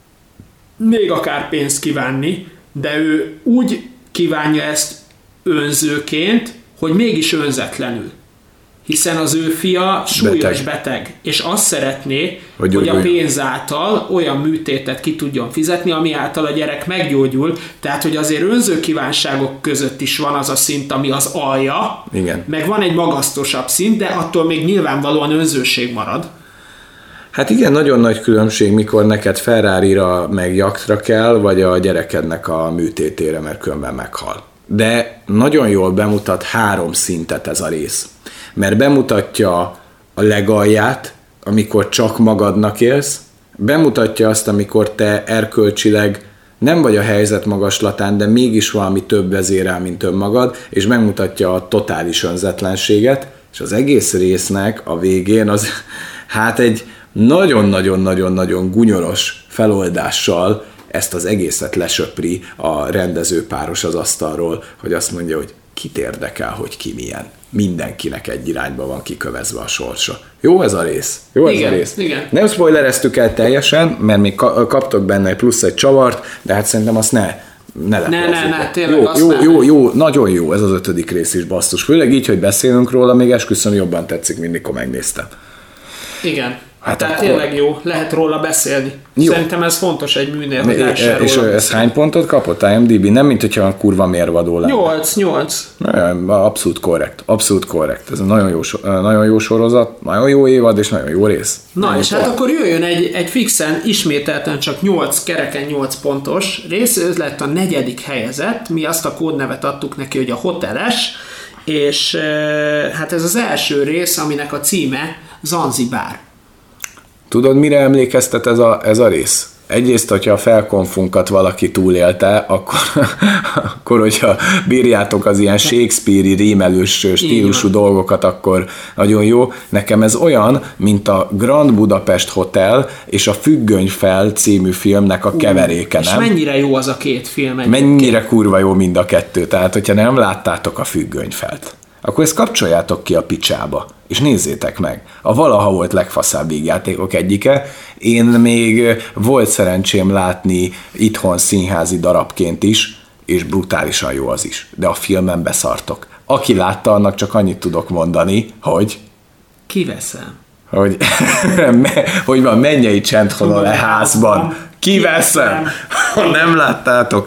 Speaker 2: még akár pénzt kívánni, de ő úgy kívánja ezt önzőként, hogy mégis önzetlenül. Hiszen az ő fia súlyos beteg és azt szeretné, hogy a pénz által olyan műtétet ki tudjon fizetni, ami által a gyerek meggyógyul. Tehát, hogy azért önző kívánságok között is van az a szint, ami az alja,
Speaker 1: igen.
Speaker 2: Meg van egy magasztosabb szint, de attól még nyilvánvalóan önzőség marad.
Speaker 1: Hát igen, nagyon nagy különbség, mikor neked Ferrarira meg jachtra kell, vagy a gyerekednek a műtétére, mert különben meghal. De nagyon jól bemutat 3 szintet ez a rész. Mert bemutatja a legalját, amikor csak magadnak élsz, bemutatja azt, amikor te erkölcsileg nem vagy a helyzet magaslatán, de mégis valami több vezérel, mint önmagad, és megmutatja a totális önzetlenséget, és az egész résznek a végén az hát egy nagyon-nagyon-nagyon-nagyon gunyoros feloldással ezt az egészet lesöpri a rendezőpáros az asztalról, hogy azt mondja, hogy kit érdekel, hogy ki milyen. Mindenkinek egy irányba van kikövezve a sorsa. Jó ez a rész?
Speaker 2: Igen.
Speaker 1: Nem spoilereztük el teljesen, mert még kaptok benne egy plusz egy csavart, de hát szerintem azt ne
Speaker 2: tényleg
Speaker 1: jó, nagyon jó ez az 5. rész is, basszus. Főleg így, hogy beszélünk róla, még esküszöm jobban tetszik, mint mikor megnéztem.
Speaker 2: Igen. Tehát tényleg jó, lehet róla beszélni. Jó. Szerintem ez fontos egy műnél, hogy lehessen róla.
Speaker 1: És ez hány pontot kapott IMDb? Nem, mint hogyha a kurva mérvadó lenne.
Speaker 2: 8.
Speaker 1: Abszolút korrekt. Ez egy nagyon jó sorozat, nagyon jó évad, és nagyon jó rész.
Speaker 2: Na, és hát akkor jöjjön egy fixen, ismételten csak kereken 8 pontos rész, ez lett a 4. helyezett, mi azt a kódnevet adtuk neki, hogy a hoteles, és hát ez az első rész, aminek a címe Zanzibár.
Speaker 1: Tudod, mire emlékeztet ez a rész? Egyrészt, hogyha a felkonfunkat valaki túlélte, akkor hogyha bírjátok az ilyen Shakespeare-i rímelős stílusú dolgokat, akkor nagyon jó. Nekem ez olyan, mint a Grand Budapest Hotel és a Függönyfel című filmnek a keveréke, nem?
Speaker 2: És mennyire jó az a két film egyébként?
Speaker 1: Mennyire kurva jó mind a kettő. Tehát, hogyha nem láttátok a Függönyfelt, akkor ezt kapcsoljátok ki a picsába, és nézzétek meg. A valaha volt legfaszább vígjátékok egyike. Én még volt szerencsém látni itthon színházi darabként is, és brutálisan jó az is. De a filmen beszartok. Aki látta, annak csak annyit tudok mondani, hogy...
Speaker 2: Kiveszem.
Speaker 1: Hogy van, mennyei csend honol e házban. Kiveszem. Ha nem láttátok,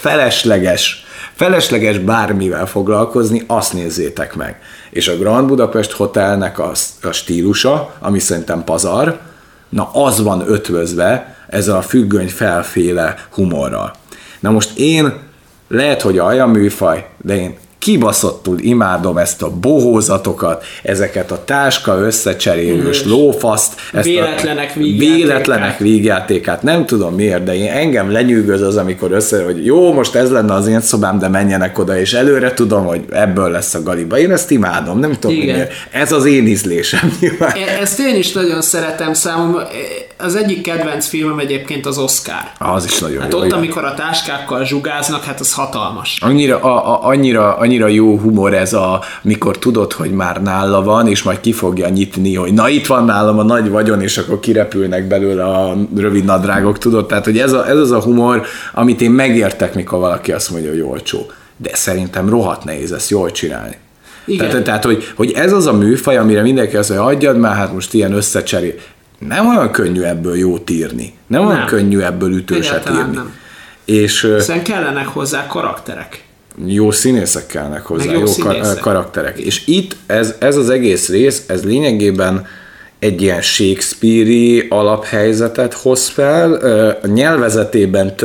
Speaker 1: felesleges bármivel foglalkozni, azt nézzétek meg. És a Grand Budapest Hotelnek a stílusa, ami szerintem pazar, na az van ötvözve ezzel a Függönyfelféle humorral. Na most én, lehet, hogy alja műfaj, de én kibaszottul imádom ezt a bohózatokat, ezeket a táska összecserélős lófaszt, ezt véletlenek vígjátékát, nem tudom miért, de engem lenyűgöz az, amikor hogy jó, most ez lenne az én szobám, de menjenek oda, és előre tudom, hogy ebből lesz a galiba. Én ezt imádom, nem tudom miért. Ez az én ízlésem nyilván.
Speaker 2: Ezt én is nagyon szeretem, számomra. Az egyik kedvenc filmem egyébként az Oscar.
Speaker 1: Az is nagyon jó.
Speaker 2: Ott, amikor a táskákkal zsugáznak, hát az hatalmas.
Speaker 1: Annyira jó humor ez mikor tudod, hogy már nála van, és majd ki fogja nyitni, hogy na itt van nálam a nagy vagyon, és akkor kirepülnek belőle a rövid nadrágok, tudod? Tehát, hogy ez az a humor, amit én megértek, mikor valaki azt mondja, hogy olcsó. De szerintem rohadt nehéz ezt jól csinálni. Tehát hogy ez az a műfaj, amire mindenki azt mondja, adjad már, hát most ilyen összecserél. Nem olyan könnyű ebből jót írni. Nem olyan könnyű ebből ütőset írni.
Speaker 2: Nem.
Speaker 1: És
Speaker 2: hiszen kellenek hozzá karakterek.
Speaker 1: Jó színészek kellnek hozzá, jó karakterek. És itt ez az egész rész, ez lényegében egy ilyen Shakespeare-i alaphelyzetet hoz fel, a nyelvezetében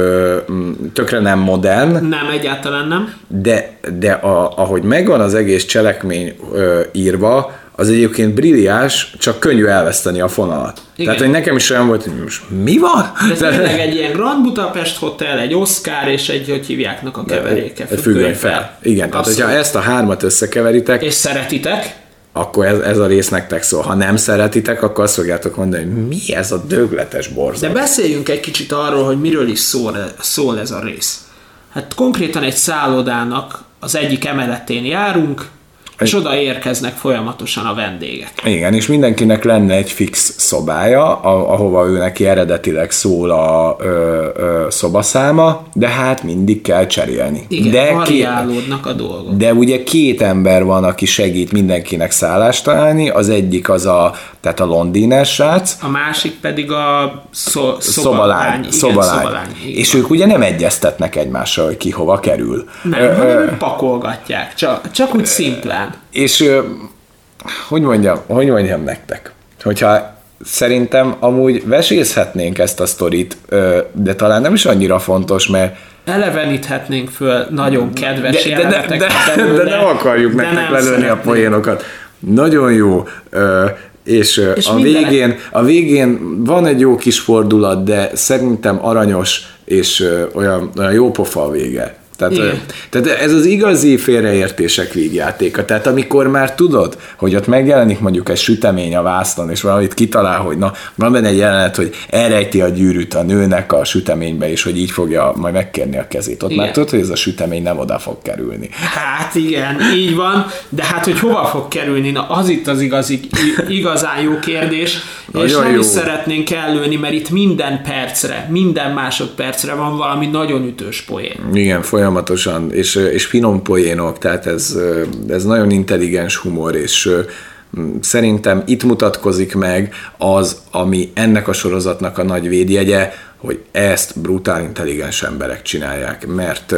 Speaker 1: tökre nem modern.
Speaker 2: Nem, egyáltalán nem.
Speaker 1: De ahogy megvan az egész cselekmény írva, az egyébként brilliáns, csak könnyű elveszteni a fonalat. Igen. Tehát, hogy nekem is olyan volt, hogy most mi van?
Speaker 2: Ez tényleg egy ilyen Grand Budapest Hotel, egy Oscar és egy, hogy hívjáknak a keveréke.
Speaker 1: Függöny fel. Igen, tehát hogyha ezt a hármat összekeveritek...
Speaker 2: És szeretitek?
Speaker 1: Akkor ez a rész nektek szól. Ha nem szeretitek, akkor azt fogjátok mondani, hogy mi ez a dögletes borzalom.
Speaker 2: De beszéljünk egy kicsit arról, hogy miről is szól ez a rész. Hát konkrétan egy szállodának az egyik emeletén járunk, és oda érkeznek folyamatosan a vendégek.
Speaker 1: Igen, és mindenkinek lenne egy fix szobája, ahova ő neki eredetileg szól a szobaszáma, de hát mindig kell cserélni.
Speaker 2: Igen, variálódnak a dolgok.
Speaker 1: De ugye 2 ember van, aki segít mindenkinek szállást találni, az egyik az tehát a londiner srác.
Speaker 2: A másik pedig a
Speaker 1: szobalány. És ők ugye nem egyeztetnek egymással, hogy ki hova kerül.
Speaker 2: Nem, hanem pakolgatják, csak úgy szimplán.
Speaker 1: És hogy mondjam nektek, hogyha szerintem amúgy vesézhetnénk ezt a sztorit, de talán nem is annyira fontos, mert
Speaker 2: eleveníthetnénk föl nagyon kedves
Speaker 1: jeleneteket belőle. De nem akarjuk nektek lelőni a poénokat. Nagyon jó, és a végén van egy jó kis fordulat, de szerintem aranyos, és olyan jó pofa a vége. Tehát ez az igazi félreértések vígjátéka. Tehát amikor már tudod, hogy ott megjelenik mondjuk egy sütemény a vásznon, és valamit kitalál, hogy van benne egy jelenet, hogy elrejti a gyűrűt a nőnek a süteménybe, és hogy így fogja majd megkérni a kezét. Ott már tudod, hogy ez a sütemény nem oda fog kerülni.
Speaker 2: Hát igen, így van, de hát hogy hova fog kerülni? Na az itt az igazán jó kérdés, nagyon és nem jó. Is szeretnénk előni, mert itt minden másodpercre van valami nagyon ütős poén.
Speaker 1: Igen, folyamatosan, és finom poénok, tehát ez nagyon intelligens humor, és szerintem itt mutatkozik meg az, ami ennek a sorozatnak a nagy védjegye, hogy ezt brutál intelligens emberek csinálják,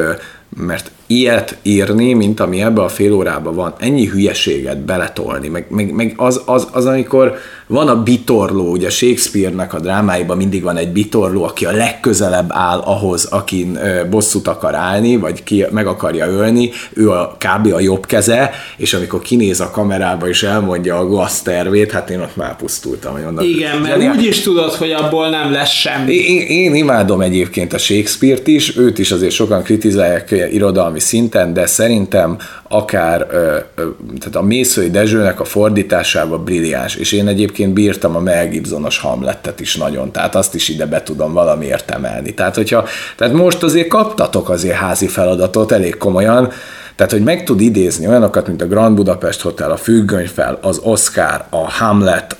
Speaker 1: mert ilyet írni, mint ami ebbe a fél órában van, ennyi hülyeséget beletolni, meg az, amikor van a bitorló, ugye Shakespeare-nek a drámáiban mindig van egy bitorló, aki a legközelebb áll ahhoz, akin bosszút akar állni, vagy ki meg akarja ölni, ő kb. A jobb keze, és amikor kinéz a kamerába és elmondja a gaztervét, hát én ott már pusztultam.
Speaker 2: Igen, mert úgy is tudod, hogy abból nem lesz semmi.
Speaker 1: Én imádom egyébként a Shakespeare-t is, őt is azért sokan kritizálják irodalmi szinten, de szerintem akár tehát a Mészői Dezsőnek a fordításában brilliáns, és én egyébként bírtam a Mel Gibsonos Hamletet is nagyon, tehát azt is ide be tudom valamiért emelni. Tehát most azért kaptatok azért házi feladatot elég komolyan, tehát, hogy meg tud idézni olyanokat, mint a Grand Budapest Hotel, a Függönyfel, az Oscar, a Hamlet,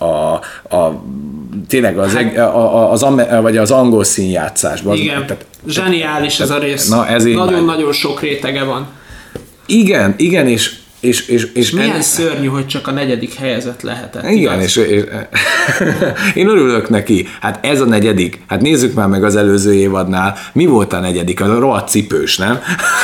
Speaker 1: tényleg vagy az angol színjátszásban.
Speaker 2: Igen, zseniális ez a rész. Nagyon-nagyon sok rétege van.
Speaker 1: Igen, és
Speaker 2: milyen szörnyű, hogy csak a 4. helyezett lehetett.
Speaker 1: Igen, és én örülök neki. Hát ez a 4. Hát nézzük már meg az előző évadnál. Mi volt a 4? A rohadt cipős, nem?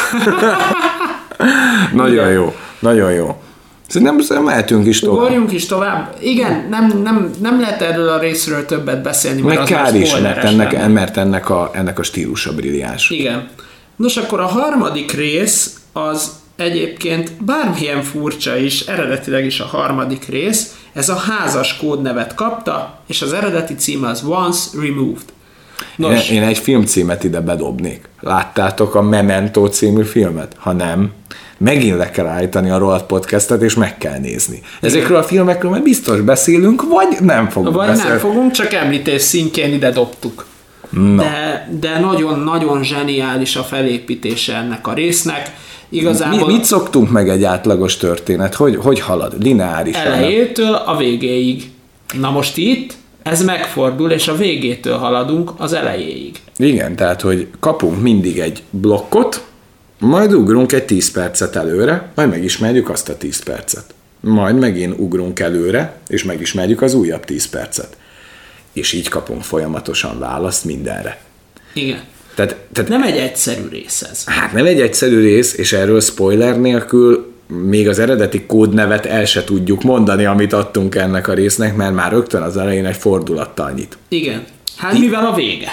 Speaker 1: Nagyon jó. Szerintem mehetünk is tovább.
Speaker 2: Ugorjunk is tovább. Igen, nem lehet erről a részről többet beszélni,
Speaker 1: mert meg kár is, mert ennek a stílusa brilliáns.
Speaker 2: Igen. Nos, akkor a 3. rész az egyébként bármilyen furcsa is, eredetileg is a 3. rész, ez a házas kódnevet kapta, és az eredeti címe az Once Removed.
Speaker 1: Nos, én egy filmcímet ide bedobnék. Láttátok a Memento című filmet? Ha nem, megint le kell állítani a rohadt podcastet, és meg kell nézni. Ezekről a filmekről már biztos beszélünk, vagy nem fogunk beszélni.
Speaker 2: Vagy nem fogunk, csak említés szintjén ide dobtuk. No. De nagyon-nagyon zseniális a felépítése ennek a résznek. Igazából
Speaker 1: mit szoktunk meg egy átlagos történet? Hogy halad? Lineáris.
Speaker 2: Elejétől a végéig. Na most itt ez megfordul, és a végétől haladunk az elejéig.
Speaker 1: Igen, tehát, hogy kapunk mindig egy blokkot, majd ugrunk egy 10 percet előre, majd megismerjük azt a 10 percet. Majd megint ugrunk előre, és megismerjük az újabb 10 percet. És így kapunk folyamatosan választ mindenre.
Speaker 2: Igen. Tehát nem egy egyszerű rész ez.
Speaker 1: Hát nem egy egyszerű rész, és erről spoiler nélkül még az eredeti kódnevet el se tudjuk mondani, amit adtunk ennek a résznek, mert már rögtön az elején egy fordulattal nyit.
Speaker 2: Igen. Hát mivel a vége?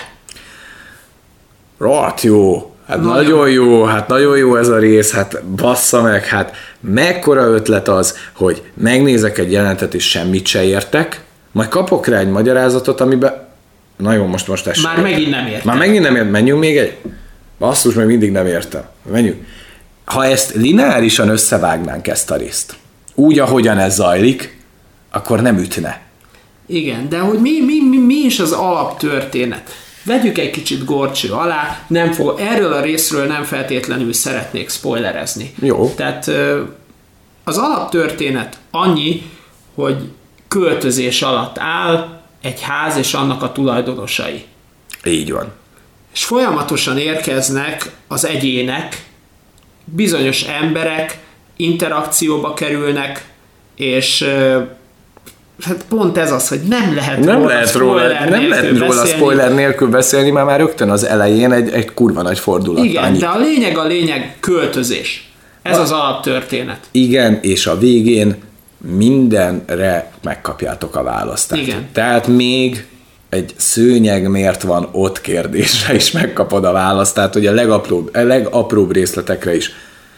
Speaker 1: Rohadt jó. Hát nagyon jó ez a rész, hát bassza meg, hát mekkora ötlet az, hogy megnézek egy jelenetet és semmit se értek, majd kapok rá egy magyarázatot, amiben... Na jó, most ez
Speaker 2: Már megint nem értem.
Speaker 1: Már megint nem értem. Menjünk még egy? Basszus, még mindig nem értem. Menjünk. Ha ezt lineárisan összevágnánk ezt a részt, úgy, ahogyan ez zajlik, akkor nem ütne.
Speaker 2: Igen, de hogy mi is az alaptörténet? Vegyük egy kicsit górcső alá, erről a részről nem feltétlenül szeretnék spoilerezni.
Speaker 1: Jó.
Speaker 2: Tehát az alaptörténet annyi, hogy költözés alatt áll egy ház és annak a tulajdonosai.
Speaker 1: Így van.
Speaker 2: És folyamatosan érkeznek az egyének, bizonyos emberek interakcióba kerülnek, és hát pont ez az, hogy nem lehet róla spoiler nélkül beszélni,
Speaker 1: mert már rögtön az elején egy kurva nagy fordulat.
Speaker 2: Igen, annyi. De a lényeg költözés. Ez az alaptörténet.
Speaker 1: Igen, és a végén mindenre megkapjátok a választást.
Speaker 2: Igen.
Speaker 1: Tehát még egy szőnyeg miért van ott kérdésre is megkapod a választ, tehát hogy a legapróbb részletekre is.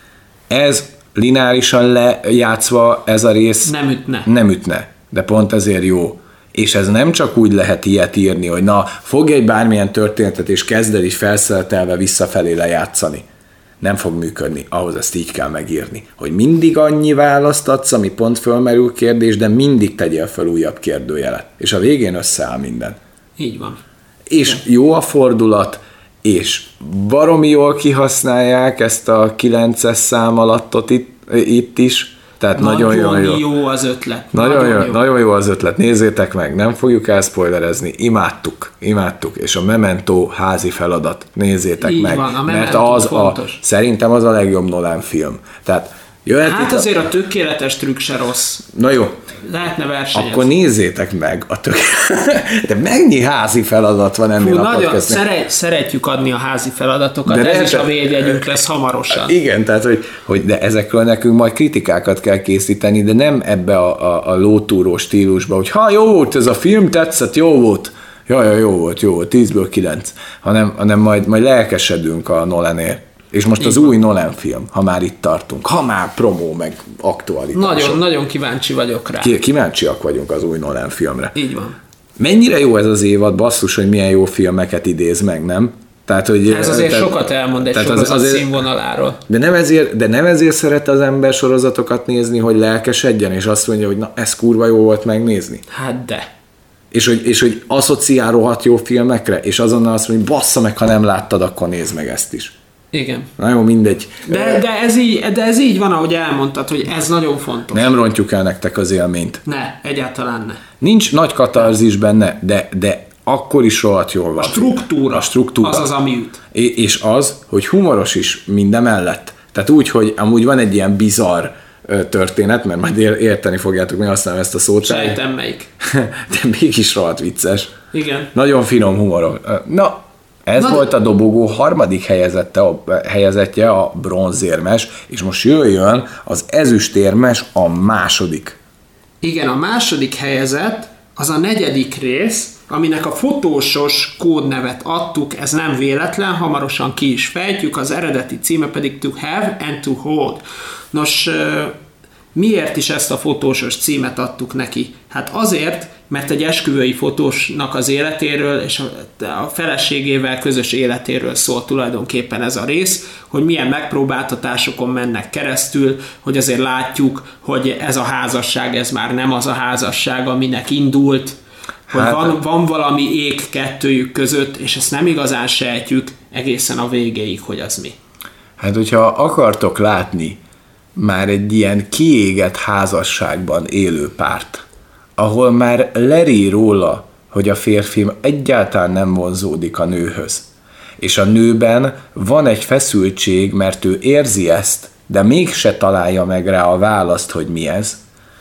Speaker 1: Ez lineárisan lejátszva ez a rész nem ütne, de pont ezért jó. És ez nem csak úgy lehet ilyet írni, hogy na, fogj egy bármilyen történetet, és kezd el így felszeletelve visszafelé lejátszani. Nem fog működni, ahhoz ezt így kell megírni. Hogy mindig annyi választ adsz, ami pont fölmerül kérdés, de mindig tegyél fel újabb kérdőjelet. És a végén összeáll minden.
Speaker 2: Így van.
Speaker 1: És jó a fordulat, és baromi jól kihasználják ezt a 9-es számalattot itt is. Tehát nagyon
Speaker 2: jó az ötlet.
Speaker 1: Nagyon jó az ötlet. Nézzétek meg, nem fogjuk elspoilerezni. Imádtuk. És a Memento házi feladat. Nézzétek
Speaker 2: így
Speaker 1: meg.
Speaker 2: Van,
Speaker 1: mert szerintem az a legjobb Nolan film. Tehát
Speaker 2: hát azért a tökéletes trükk se rossz.
Speaker 1: Na jó.
Speaker 2: Lehetne versenyezni.
Speaker 1: Akkor nézzétek meg a De mennyi házi feladat van ennél a podcastnek?
Speaker 2: Szeretjük adni a házi feladatokat, de ez is a védjegyünk lesz hamarosan.
Speaker 1: Igen, tehát hogy de ezekről nekünk majd kritikákat kell készíteni, de nem ebbe a lótúró stílusba, hogy jó volt ez a film, tetszett, jó volt. Jó volt, 10-ből 9. Hanem majd lelkesedünk a Nolanért. És most az új Nolan film, ha már itt tartunk, ha már promó meg aktualitás.
Speaker 2: Nagyon kíváncsi vagyok rá.
Speaker 1: Kíváncsiak vagyunk az új Nolan filmre.
Speaker 2: Így van.
Speaker 1: Mennyire jó ez az évad, basszus, hogy milyen jó filmeket idéz meg, nem? Tehát, hogy,
Speaker 2: ez azért sokat elmond egy sorozat színvonaláról.
Speaker 1: De nem ezért szeret az ember sorozatokat nézni, hogy lelkesedjen, és azt mondja, hogy na, ez kurva jó volt megnézni.
Speaker 2: Hát de.
Speaker 1: És hogy asszociál rohadt jó filmekre, és azonnal azt mondja, hogy bassza meg, ha nem láttad, akkor nézd meg ezt is.
Speaker 2: Igen.
Speaker 1: Na jó, mindegy.
Speaker 2: De ez így van, ahogy elmondtad, hogy ez nagyon fontos.
Speaker 1: Nem rontjuk el nektek az élményt.
Speaker 2: Ne, egyáltalán ne.
Speaker 1: Nincs nagy katarzis benne, de akkor is rohadt jól van.
Speaker 2: A struktúra. Az, ami üt.
Speaker 1: És az, hogy humoros is mindemellett. Tehát úgy, hogy amúgy van egy ilyen bizarr történet, mert majd érteni fogjátok, mi használom ezt a szót.
Speaker 2: Sejtem melyik.
Speaker 1: De mégis rohadt vicces.
Speaker 2: Igen.
Speaker 1: Nagyon finom humor. Ez volt a dobogó harmadik helyezettje, a bronzérmes, és most jöjjön az ezüstérmes, a második.
Speaker 2: Igen, a második helyezett az a 4. rész, aminek a fotósos kódnevet adtuk, ez nem véletlen, hamarosan ki is fejtjük, az eredeti címe pedig To Have and To Hold. Nos, miért is ezt a fotósos címet adtuk neki? Hát azért, mert egy esküvői fotósnak az életéről és a feleségével közös életéről szól tulajdonképpen ez a rész, hogy milyen megpróbáltatásokon mennek keresztül, hogy azért látjuk, hogy ez a házasság, ez már nem az a házasság, aminek indult, hogy van valami ég kettőjük között, és ezt nem igazán sejtjük egészen a végéig, hogy az mi.
Speaker 1: Hát, hogyha akartok látni már egy ilyen kiégett házasságban élő párt, ahol már lerír róla, hogy a férfi egyáltalán nem vonzódik a nőhöz. És a nőben van egy feszültség, mert ő érzi ezt, de mégse találja meg rá a választ, hogy mi ez.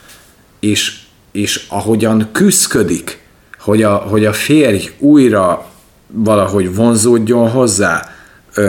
Speaker 1: És ahogyan küszködik, hogy a férj újra valahogy vonzódjon hozzá,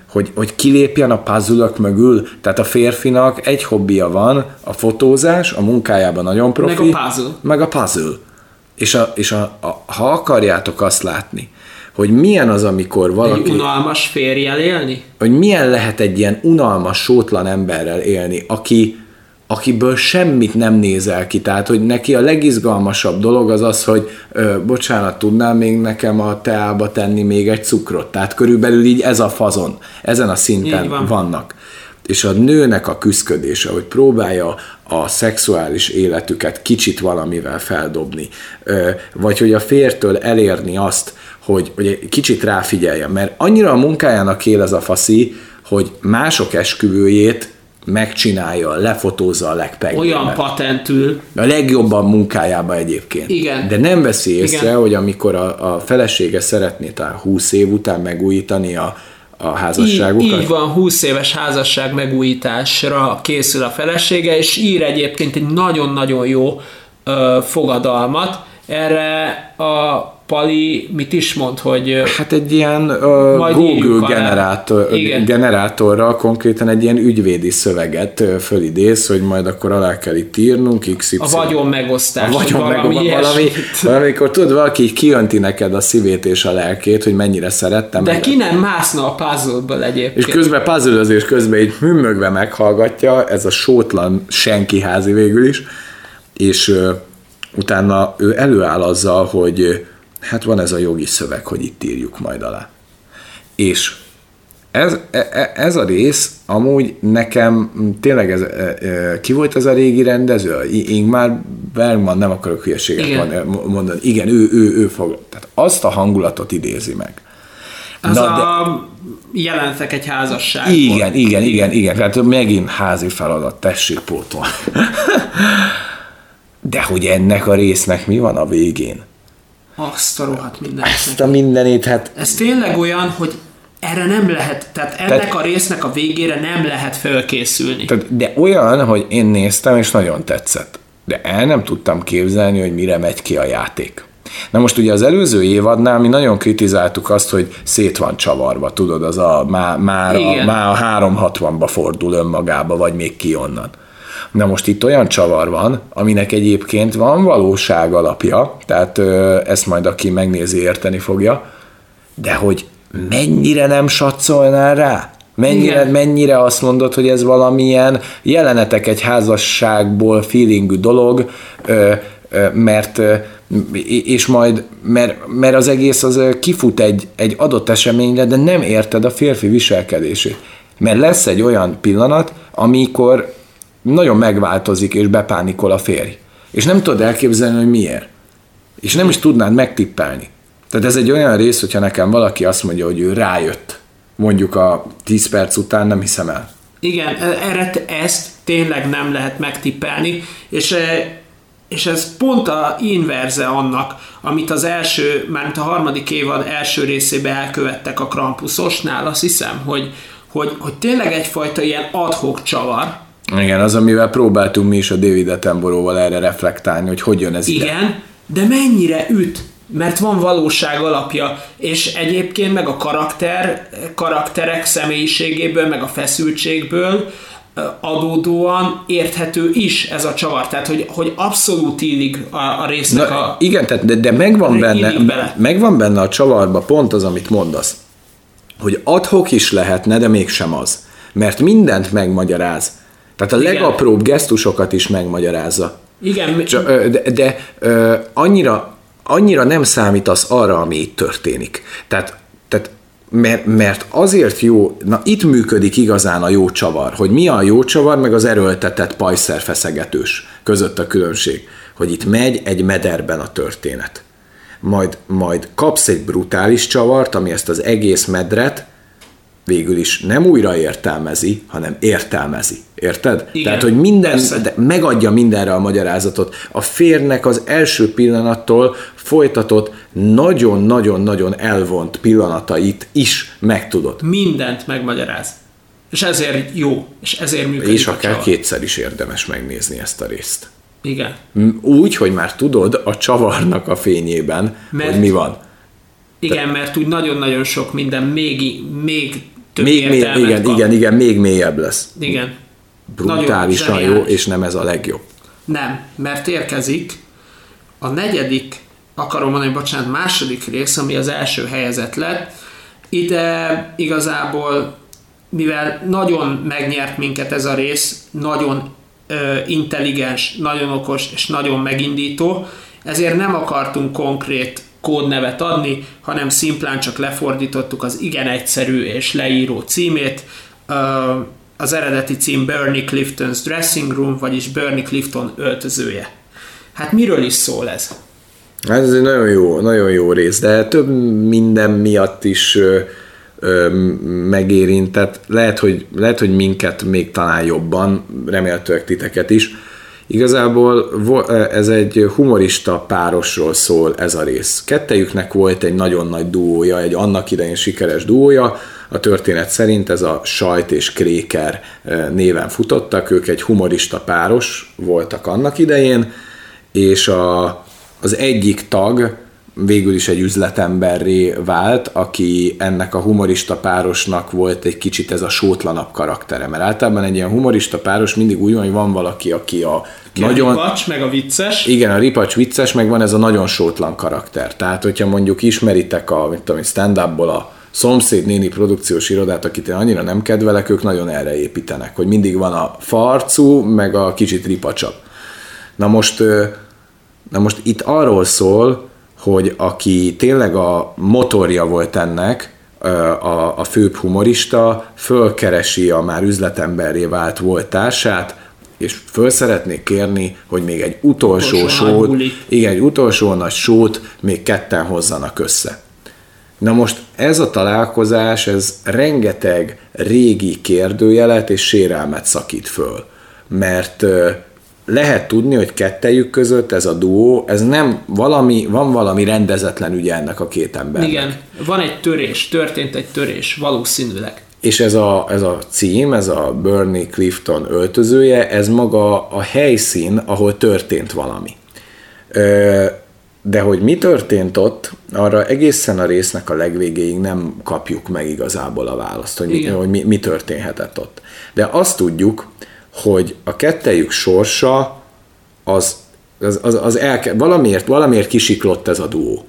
Speaker 1: hogy kilépjen a puzzle-ök mögül. Tehát a férfinak egy hobbija van, a fotózás, a munkájában nagyon profi. Meg a puzzle. És ha akarjátok azt látni, hogy milyen az, amikor valaki...
Speaker 2: Egy unalmas férjel élni?
Speaker 1: Hogy milyen lehet egy ilyen unalmas, sótlan emberrel élni, akiből semmit nem nézel ki. Tehát, hogy neki a legizgalmasabb dolog az, hogy bocsánat, tudnál még nekem a teába tenni még egy cukrot? Tehát körülbelül így ez a fazon, ezen a szinten vannak. És a nőnek a küszködése, hogy próbálja a szexuális életüket kicsit valamivel feldobni, vagy hogy a fértől elérni azt, hogy egy kicsit ráfigyeljen, mert annyira a munkájának él ez a faszi, hogy mások esküvőjét megcsinálja, lefotózza a legpengébbet.
Speaker 2: Olyan patentül.
Speaker 1: A legjobban munkájában egyébként.
Speaker 2: Igen.
Speaker 1: De nem veszi észre, hogy amikor a felesége szeretné talán 20 év után megújítani a házasságukat.
Speaker 2: Így van, 20 éves házasság megújításra készül a felesége, és ír egyébként egy nagyon-nagyon jó fogadalmat. Erre a Pali mit is mond, hogy...
Speaker 1: Hát egy ilyen Google generátorral konkrétan egy ilyen ügyvédi szöveget fölidéz, hogy majd akkor alá kell itt írnunk, XY.
Speaker 2: A vagyon megosztás.
Speaker 1: Valamikor tudod, valaki így kijönti neked a szívét és a lelkét, hogy mennyire szerettem.
Speaker 2: De ki nem mászna a puzzle-ből egyébként.
Speaker 1: És közben puzzle-özés közben így hümmögve meghallgatja, ez a sótlan senkiházi végül is, és utána ő előáll azzal, hogy hát van ez a jogi szöveg, hogy itt írjuk majd alá. És ez a rész amúgy nekem tényleg ki volt ez a régi rendező? Ingmar Bergman, nem akarok hülyeséget mondani. Igen, ő fog. Tehát azt a hangulatot idézi meg.
Speaker 2: Jelentek egy házasságban.
Speaker 1: Igen. Tehát megint házi feladat, tessék pótolni. De hogy ennek a résznek mi van a végén?
Speaker 2: Azt a rohadt mindenit.
Speaker 1: Ezt a mindenit, hát...
Speaker 2: Ez tényleg olyan, hogy erre nem lehet, tehát ennek a résznek a végére nem lehet felkészülni.
Speaker 1: De olyan, hogy én néztem, és nagyon tetszett. De el nem tudtam képzelni, hogy mire megy ki a játék. Na most ugye az előző évadnál mi nagyon kritizáltuk azt, hogy szét van csavarva, tudod, az már a 360-ba fordul önmagába, vagy még ki onnan. Na most itt olyan csavar van, aminek egyébként van valóság alapja, tehát ezt majd aki megnézi, érteni fogja, de hogy mennyire nem satszolnál rá? Mennyire azt mondod, hogy ez valamilyen jelenetek egy házasságból feelingű dolog, mert az egész az kifut egy adott eseményre, de nem érted a férfi viselkedését. Mert lesz egy olyan pillanat, amikor nagyon megváltozik, és bepánikol a férj. És nem tudod elképzelni, hogy miért. És nem is tudnád megtippelni. Tehát ez egy olyan rész, hogyha nekem valaki azt mondja, hogy ő rájött, mondjuk a 10 perc után, nem hiszem el.
Speaker 2: Igen, ezt tényleg nem lehet megtippelni, és ez pont a inverze annak, amit az mármint a harmadik évad első részében elkövettek a Krampusosnál, azt hiszem, hogy tényleg egyfajta ilyen ad-hoc csavar.
Speaker 1: Igen, az, amivel próbáltunk mi is a David Attenborough-val erre reflektálni, hogy jön ez ide.
Speaker 2: Igen, de mennyire üt, mert van valóság alapja, és egyébként meg a karakterek személyiségéből, meg a feszültségből adódóan érthető is ez a csavar, tehát hogy abszolút illik a résznek
Speaker 1: igen, tehát, de megvan benne a csavarba pont az, amit mondasz, hogy ad-hoc is lehetne, de mégsem az, mert mindent megmagyaráz. Tehát a legapróbb gesztusokat is megmagyarázza.
Speaker 2: Igen.
Speaker 1: De annyira nem számítasz arra, ami itt történik. Tehát mert azért jó, na itt működik igazán a jó csavar, hogy mi a jó csavar, meg az erőltetett pajszerfeszegetős között a különbség, hogy itt megy egy mederben a történet. Majd kapsz egy brutális csavart, ami ezt az egész medret végül is nem újra értelmezi, hanem értelmezi. Érted? Igen, tehát, hogy megadja mindenre a magyarázatot. A férnek az első pillanattól folytatott nagyon-nagyon-nagyon elvont pillanatait is megtudod.
Speaker 2: Mindent megmagyaráz. És ezért jó, és ezért működik.
Speaker 1: És akár kétszer is érdemes megnézni ezt a részt.
Speaker 2: Igen.
Speaker 1: Úgy, hogy már tudod a csavarnak a fényében, hogy mi van.
Speaker 2: Igen, mert úgy nagyon-nagyon sok minden még
Speaker 1: Igen, még mélyebb lesz.
Speaker 2: Igen.
Speaker 1: Brutálisan jó, és nem ez a legjobb.
Speaker 2: Nem, mert érkezik a második rész, ami az első helyezett lett. Ide igazából, mivel nagyon megnyert minket ez a rész, nagyon intelligens, nagyon okos és nagyon megindító, ezért nem akartunk konkrét kódnevet adni, hanem szimplán csak lefordítottuk az igen egyszerű és leíró címét. Az eredeti cím Bernie Clifton's Dressing Room, vagyis Bernie Clifton öltözője. Hát miről is szól ez?
Speaker 1: Hát ez egy nagyon jó rész, de több minden miatt is megérintett. Lehet, hogy minket még talán jobban, remélhetőleg titeket is. Igazából ez egy humorista párosról szól ez a rész. Kettejüknek volt egy nagyon nagy duója, egy annak idején sikeres duója. A történet szerint ez a Sajt és Kréker néven futottak, ők egy humorista páros voltak annak idején, és az egyik tag végül is egy üzletemberré vált, aki ennek a humorista párosnak volt egy kicsit ez a sótlanabb karaktere, mert általában egy ilyen humorista páros mindig úgy van, hogy van valaki, aki a
Speaker 2: ripacs, meg a vicces.
Speaker 1: Igen, a ripacs vicces, meg van ez a nagyon sótlan karakter. Tehát, hogyha mondjuk ismeritek a stand-upból a Szomszéd néni produkciós irodát, akit én annyira nem kedvelek, ők nagyon erre építenek, hogy mindig van a farcú, meg a kicsit ripacsabb. Na most itt arról szól, hogy aki tényleg a motorja volt ennek, a főbb humorista, fölkeresi a már üzletemberré vált volt társát, és föl szeretnék kérni, hogy még egy utolsó nagy sót még ketten hozzanak össze. Na most ez a találkozás, ez rengeteg régi kérdőjelet és sérelmet szakít föl, mert lehet tudni, hogy kettejük között ez a duó, ez nem van valami rendezetlen ügye ennek a két embernek.
Speaker 2: Igen, van egy törés, történt egy törés, valószínűleg.
Speaker 1: És ez a cím, ez a Bernie Clifton öltözője, ez maga a helyszín, ahol történt valami. De hogy mi történt ott, arra egészen a résznek a legvégéig nem kapjuk meg igazából a választ, hogy mi történhetett ott. De azt tudjuk, hogy a kettejük sorsa valamiért kisiklott ez a duó.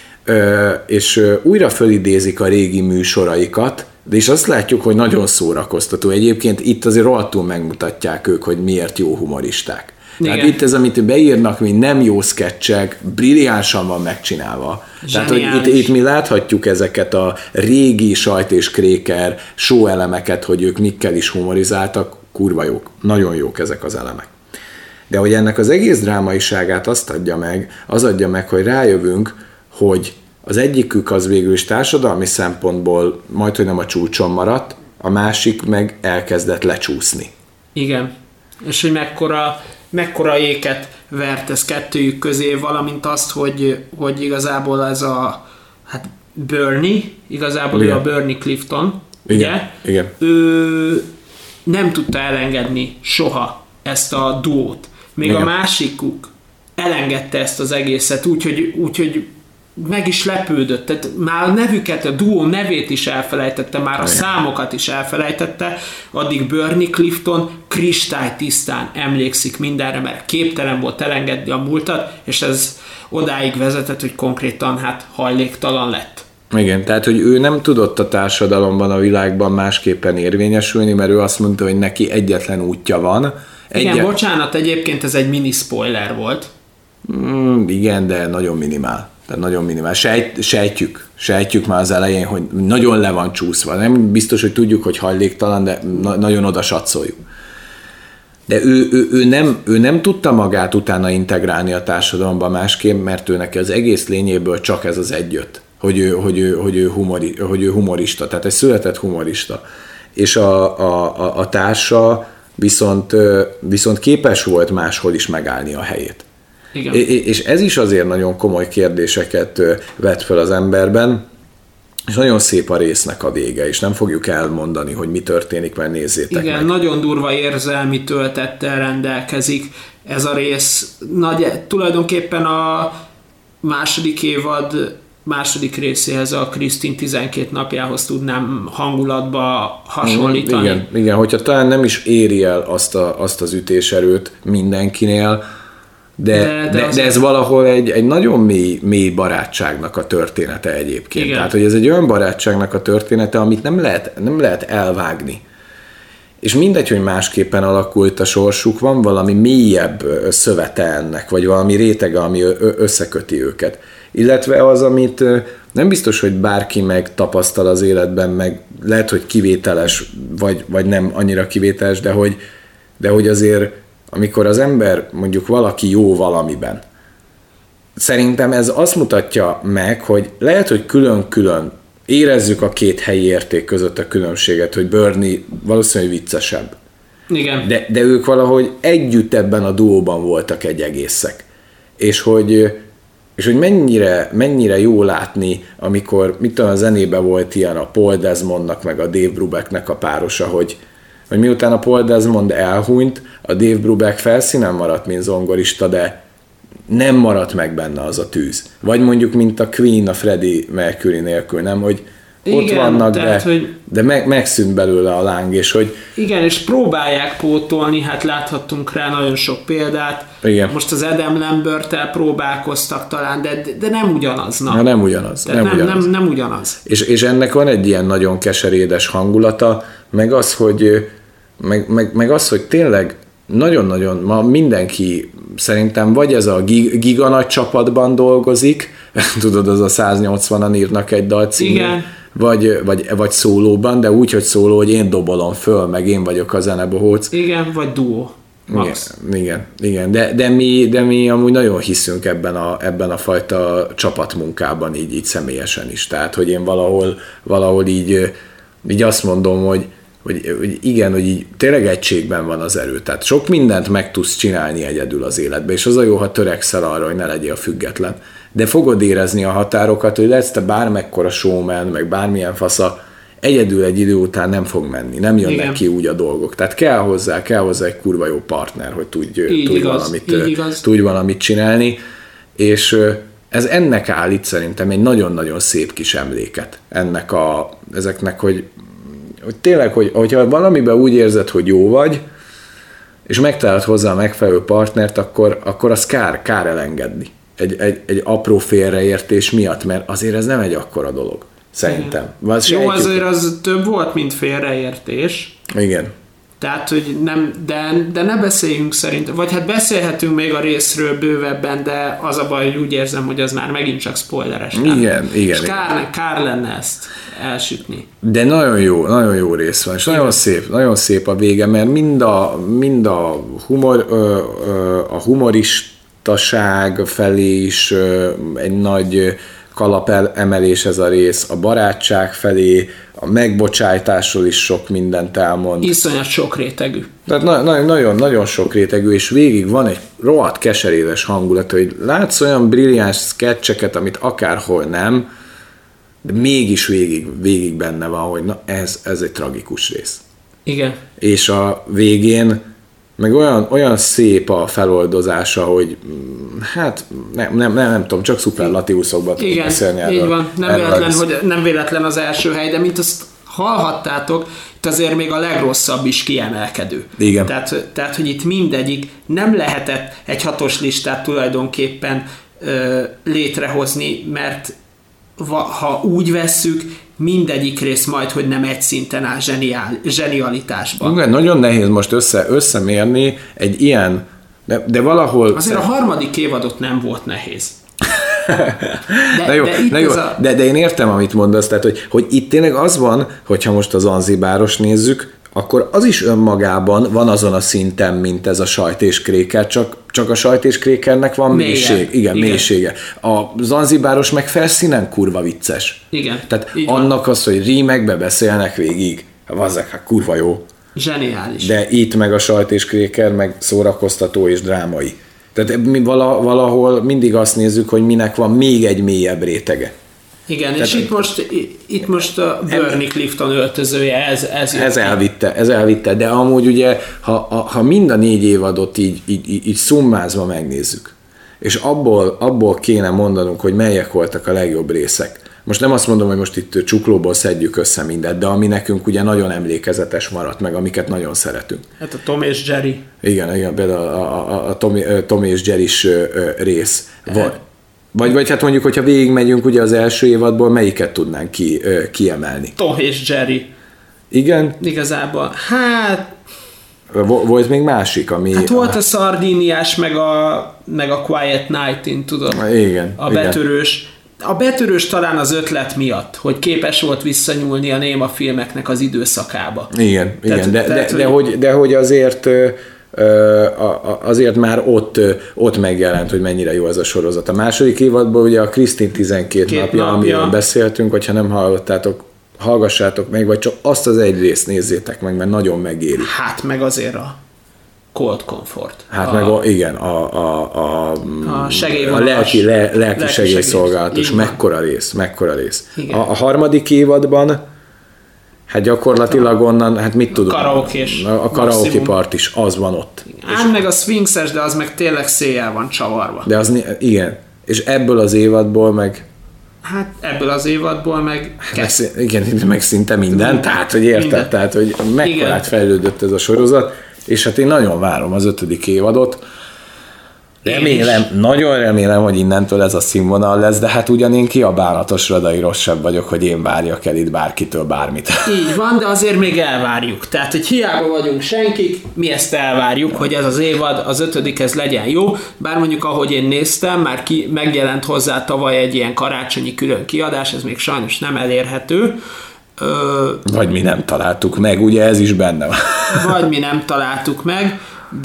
Speaker 1: És újra fölidézik a régi műsoraikat, de is azt látjuk, hogy nagyon szórakoztató. Egyébként itt azért rohadtul megmutatják ők, hogy miért jó humoristák. Igen. Tehát itt ez, amit beírnak, mint nem jó szketcsek, brilliánsan van megcsinálva. Zseniális. Tehát, hogy itt mi láthatjuk ezeket a régi Sajt és Kréker show elemeket, hogy ők mikkel is humorizáltak, kurva jók, nagyon jók ezek az elemek. De hogy ennek az egész drámaiságát az adja meg, hogy rájövünk, hogy az egyikük az végül is társadalmi szempontból majdhogy nem a csúcson maradt, a másik meg elkezdett lecsúszni.
Speaker 2: Igen, és hogy mekkora éket vert ez kettőjük közé, valamint azt, hogy igazából ez a Bernie, igazából ő a Bernie Clifton, ugye?
Speaker 1: Igen.
Speaker 2: Ő nem tudta elengedni soha ezt a duót. Még igen. A másikuk elengedte ezt az egészet, úgyhogy meg is lepődött. Tehát már a nevüket, a duó nevét is elfelejtette, már a számokat is elfelejtette, addig Bernie Clifton kristálytisztán emlékszik mindenre, mert képtelen volt elengedni a múltat, és ez odáig vezetett, hogy konkrétan hajléktalan lett.
Speaker 1: Igen, tehát, hogy ő nem tudott a társadalomban, a világban másképpen érvényesülni, mert ő azt mondta, hogy neki egyetlen útja van.
Speaker 2: Igen, bocsánat, egyébként ez egy mini spoiler volt.
Speaker 1: Igen, de nagyon minimál. Tehát nagyon minimál. Sejtjük már az elején, hogy nagyon le van csúszva. Nem biztos, hogy tudjuk, hogy hajléktalan, de nagyon oda satszoljuk. De ő nem tudta magát utána integrálni a társadalomba másképp, mert ő neki az egész lényéből csak ez az egy jött, hogy ő humorista, tehát egy született humorista. És a társa viszont képes volt máshol is megállni a helyét.
Speaker 2: Igen.
Speaker 1: És ez is azért nagyon komoly kérdéseket vet fel az emberben, és nagyon szép a résznek a vége, és nem fogjuk elmondani, hogy mi történik, mert nézzétek
Speaker 2: meg. Igen, nagyon durva érzelmi töltettel rendelkezik ez a rész. Tulajdonképpen a második évad második részéhez, a Krisztin 12 napjához tudnám hangulatba hasonlítani.
Speaker 1: Igen, hogyha talán nem is éri el azt az ütéserőt mindenkinél, de ez valahol egy nagyon mély barátságnak a története egyébként. Igen. Tehát, hogy ez egy olyan barátságnak a története, amit nem lehet elvágni. És mindegy, hogy másképpen alakult a sorsuk, van valami mélyebb szövete ennek, vagy valami rétege, ami összeköti őket. Illetve az, amit nem biztos, hogy bárki meg tapasztal az életben, meg lehet, hogy kivételes, vagy nem annyira kivételes, de hogy azért, amikor az ember, mondjuk valaki jó valamiben, szerintem ez azt mutatja meg, hogy lehet, hogy külön-külön érezzük a két helyi érték között a különbséget, hogy Bernie valószínűleg viccesebb.
Speaker 2: Igen.
Speaker 1: De ők valahogy együtt ebben a duóban voltak egy egészek. És hogy mennyire jó látni, amikor, mit tudom, a zenében volt ilyen a Paul Desmondnak meg a Dave Brubecknek a párosa, hogy miután a Paul Desmond elhunyt, a Dave Brubeck felszínen maradt, mint zongorista, de nem maradt meg benne az a tűz. Vagy mondjuk, mint a Queen a Freddie Mercury nélkül, nem? Hogy igen, ott vannak, tehát, de megszűnt belőle a láng, és hogy...
Speaker 2: Igen, és próbálják pótolni, hát láthattunk rá nagyon sok példát.
Speaker 1: Igen.
Speaker 2: Most az Adam Lambert-tel próbálkoztak talán, de nem ugyanaz.
Speaker 1: Nem ugyanaz.
Speaker 2: Nem ugyanaz.
Speaker 1: És ennek van egy ilyen nagyon keserédes hangulata, meg az, hogy tényleg nagyon-nagyon ma mindenki szerintem vagy ez a giga nagy csapatban dolgozik, tudod, az a 180-an írnak egy dalcímű, vagy szólóban, de úgy, hogy szóló, hogy én dobolom föl, meg én vagyok a zenebohóc.
Speaker 2: Igen, vagy duó.
Speaker 1: Igen. De mi amúgy nagyon hiszünk ebben a fajta csapatmunkában, így személyesen is. Tehát, hogy én valahol így azt mondom, hogy igen, hogy így tényleg egységben van az erő. Tehát sok mindent meg tudsz csinálni egyedül az életbe, és az a jó, ha törekszel arra, hogy ne legyél független. De fogod érezni a határokat, hogy lesz te bármekkora showman, meg bármilyen fasza, egyedül egy idő után nem fog menni, nem jönnek ki úgy a dolgok. Tehát kell hozzá egy kurva jó partner, hogy tudj valamit csinálni, és ez ennek állít szerintem egy nagyon-nagyon szép kis emléket ezeknek, hogy tényleg, hogyha valamiben úgy érzed, hogy jó vagy, és megtalálod hozzá a megfelelő partnert, akkor az kár elengedni. Egy apró félreértés miatt, mert azért ez nem egy akkora dolog, szerintem.
Speaker 2: Jó, azért az több volt, mint félreértés.
Speaker 1: Igen.
Speaker 2: Tehát, hogy nem, de ne beszéljünk szerintem, vagy hát beszélhetünk még a részről bővebben, de az a baj, hogy úgy érzem, hogy az már megint csak spoileres.
Speaker 1: Igen. És
Speaker 2: kár lenne ezt elsütni.
Speaker 1: De nagyon jó rész van, és nagyon szép a vége, mert mind a humoristaság felé is egy nagy kalapemelés ez a rész, a barátság felé, a megbocsájtásról is sok mindent elmond.
Speaker 2: Iszonyat sokrétegű.
Speaker 1: Tehát nagyon sokrétegű, és végig van egy rohadt keserédes hangulat, hogy látsz olyan brilliáns sketcheket, amit akárhol nem, de mégis végig benne van, hogy na ez egy tragikus rész.
Speaker 2: Igen.
Speaker 1: És a végén meg olyan szép a feloldozása, hogy hát nem tudom, csak szuperlatívuszokban tudok beszélni erről.
Speaker 2: Igen, így van. Nem véletlen az első hely, de mint azt hallhattátok, itt azért még a legrosszabb is kiemelkedő.
Speaker 1: Igen.
Speaker 2: Tehát, hogy itt mindegyik nem lehetett egy 6-os listát tulajdonképpen létrehozni, mert ha úgy vesszük, mindegyik rész majd, hogy nem egy szinten áll zsenialitásban.
Speaker 1: Igen, nagyon nehéz most összemérni egy ilyen, de valahol...
Speaker 2: Azért a harmadik évadot nem volt nehéz.
Speaker 1: De én értem, amit mondasz, tehát, hogy itt tényleg az van, hogyha most az Zanzibáros nézzük, akkor az is önmagában van azon a szinten, mint ez a Sajt és Kréker, csak a Sajt és Krékernek van mélysége. A Zanzibáros meg felszínen kurva vicces.
Speaker 2: Igen.
Speaker 1: Tehát annak az, hogy rímekbe beszélnek végig, vazzák, kurva jó.
Speaker 2: Zseniális.
Speaker 1: De itt meg a Sajt és Kréker meg szórakoztató és drámai. Tehát mi valahol mindig azt nézzük, hogy minek van még egy mélyebb rétege.
Speaker 2: Igen, tehát, és itt most a Bernie Clifton öltözője, ez
Speaker 1: elvitte, de amúgy ugye, ha mind a 4 évadot így szummázva megnézzük, és abból kéne mondanunk, hogy melyek voltak a legjobb részek. Most nem azt mondom, hogy most itt csuklóból szedjük össze mindent, de ami nekünk ugye nagyon emlékezetes maradt meg, amiket nagyon szeretünk.
Speaker 2: Hát a Tom és Jerry.
Speaker 1: Igen, például a Tom és Jerry-s rész. Vagy hát mondjuk, hogyha végigmegyünk ugye az első évadból, melyiket tudnánk kiemelni?
Speaker 2: Tom és Jerry.
Speaker 1: Igen?
Speaker 2: Igazából, hát...
Speaker 1: Volt még másik, ami...
Speaker 2: Hát volt a Szardíniás, meg a Quiet Night-in, tudod?
Speaker 1: Igen.
Speaker 2: A betörős. A betörős talán az ötlet miatt, hogy képes volt visszanyúlni a néma filmeknek az időszakába.
Speaker 1: Igen, de hogy azért már ott megjelent, hogy mennyire jó ez a sorozat. A második évadban ugye a Krisztin 12 napja, amiről beszéltünk, hogyha nem hallottátok, hallgassátok meg, vagy csak azt az egy részt nézzétek meg, mert nagyon megéri.
Speaker 2: Hát meg azért a Cold Comfort.
Speaker 1: Hát meg igen, a lelki segélyszolgálatos, mekkora rész. A harmadik évadban hát gyakorlatilag onnan, hát mit tudunk? A karaoke part is, az van ott.
Speaker 2: Ám meg a Sphinxes, de az meg tényleg széjjel van csavarva.
Speaker 1: De az, igen, és ebből az évadból meg...
Speaker 2: Hát ebből az évadból meg...
Speaker 1: Igen, meg szinte minden, tehát hogy érted, tehát hogy mekkorát fejlődött ez a sorozat, és hát én nagyon várom az 5. évadot. Nagyon remélem, hogy innentől ez a színvonal lesz, de hát ugyan én kiabálatos Radai Rosszabb vagyok, hogy én várjak el itt bárkitől bármit. Így
Speaker 2: van, de azért még elvárjuk. Tehát, hogy hiába vagyunk senkik, mi ezt elvárjuk, hogy ez az évad, az 5. ez legyen jó. Bár mondjuk, ahogy én néztem, már megjelent hozzá tavaly egy ilyen karácsonyi külön kiadás, ez még sajnos nem elérhető.
Speaker 1: Vagy mi nem találtuk meg, ugye ez is benne van.
Speaker 2: Vagy mi nem találtuk meg.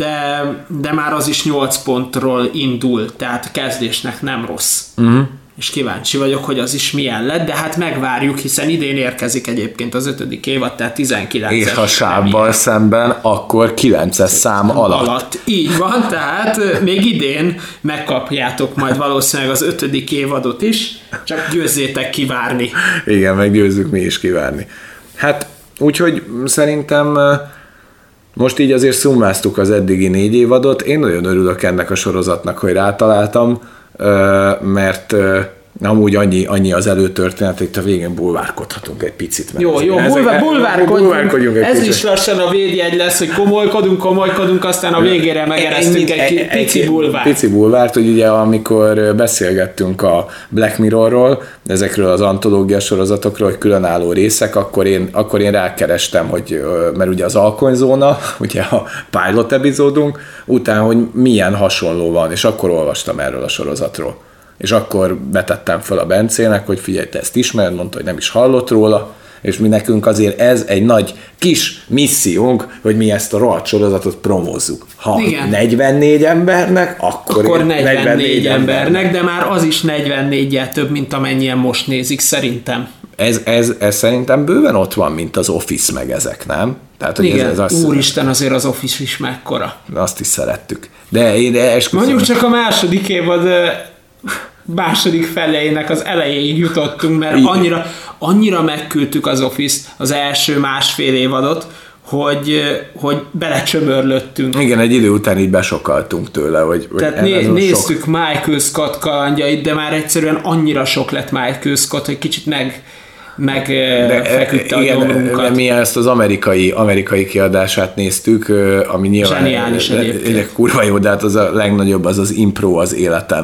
Speaker 2: De már az is 8 pontról indul, tehát kezdésnek nem rossz. És kíváncsi vagyok, hogy az is milyen lett, de hát megvárjuk, hiszen idén érkezik egyébként az 5. évad, tehát 19-es.
Speaker 1: És ha sábbal szemben, akkor 9-es szám alatt.
Speaker 2: Így van, tehát még idén megkapjátok majd valószínűleg az 5. évadot is, csak győzzétek kivárni.
Speaker 1: Igen, meggyőzzük mi is kivárni. Hát, úgyhogy szerintem... Most így azért szummáztuk az eddigi 4 évadot. Én nagyon örülök ennek a sorozatnak, hogy rátaláltam, mert amúgy annyi az előtörténet, itt a végén bulvárkodhatunk egy picit.
Speaker 2: Jó, bulvárkodjunk. Ez is lassan a védjegy lesz, hogy komolykodunk, aztán a végére megeresztünk egy pici bulvárt.
Speaker 1: Pici bulvárt, hogy ugye amikor beszélgettünk a Black Mirrorról, ezekről az antológia sorozatokról, hogy különálló részek, akkor én rákerestem, hogy, mert ugye az Alkonyzóna, ugye a pilot epizódunk, utána, hogy milyen hasonló van, és akkor olvastam erről a sorozatról. És akkor betettem fel a Bencének, hogy figyelj, te ezt ismered, mondta, hogy nem is hallott róla, és mi nekünk azért ez egy nagy kis missziónk, hogy mi ezt a rohadt sorozatot promózzuk. Ha igen. 44 embernek, akkor
Speaker 2: 44 embernek, de már az is 44-jel több, mint amennyien most nézik, szerintem.
Speaker 1: Ez szerintem bőven ott van, mint az Office meg ezek, nem? Tehát, hogy
Speaker 2: igen, úristen, azért az Office is mekkora.
Speaker 1: Azt is szerettük. De én esküszöm.
Speaker 2: Mondjuk csak a második évad második felének az elejéig jutottunk, mert annyira megküldtük az Office az első másfél évadot, hogy belecsömörlöttünk.
Speaker 1: Igen, egy idő után így besokaltunk tőle.
Speaker 2: Tehát néztük Michael Scott kalandjait, de már egyszerűen annyira sok lett Michael Scott, hogy kicsit megfeküdte a gyomrunkat.
Speaker 1: Mi ezt az amerikai kiadását néztük, ami nyilván
Speaker 2: zseniális egyébként.
Speaker 1: Kurva jó, de hát az a legnagyobb az impro az életem.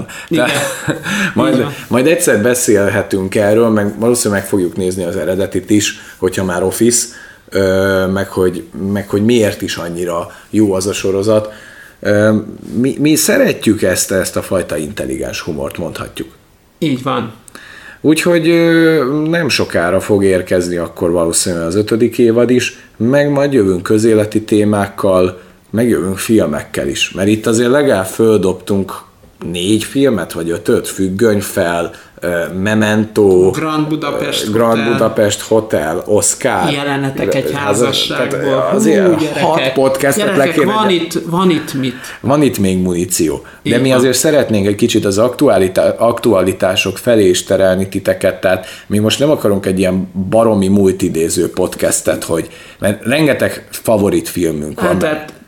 Speaker 1: Majd egyszer beszélhetünk erről, meg valószínűleg meg fogjuk nézni az eredetit is, hogyha már Office, meg hogy miért is annyira jó az a sorozat. Mi szeretjük ezt a fajta intelligens humort, mondhatjuk.
Speaker 2: Így van.
Speaker 1: Úgyhogy nem sokára fog érkezni akkor valószínűleg az 5. évad is, meg majd jövünk közéleti témákkal, meg jövünk filmekkel is. Mert itt azért legalább földobtunk 4 filmet, vagy 5-öt, Függöny fel, Memento,
Speaker 2: Grand
Speaker 1: Budapest Hotel, Oscar.
Speaker 2: Jelenetek egy házasságból.
Speaker 1: Azért 6 podcastet le kéne. Van itt még muníció. De így mi azért szeretnénk egy kicsit az aktualitások felé is terelni titeket, tehát mi most nem akarunk egy ilyen baromi múltidéző podcastet, mert rengeteg favorit filmünk van.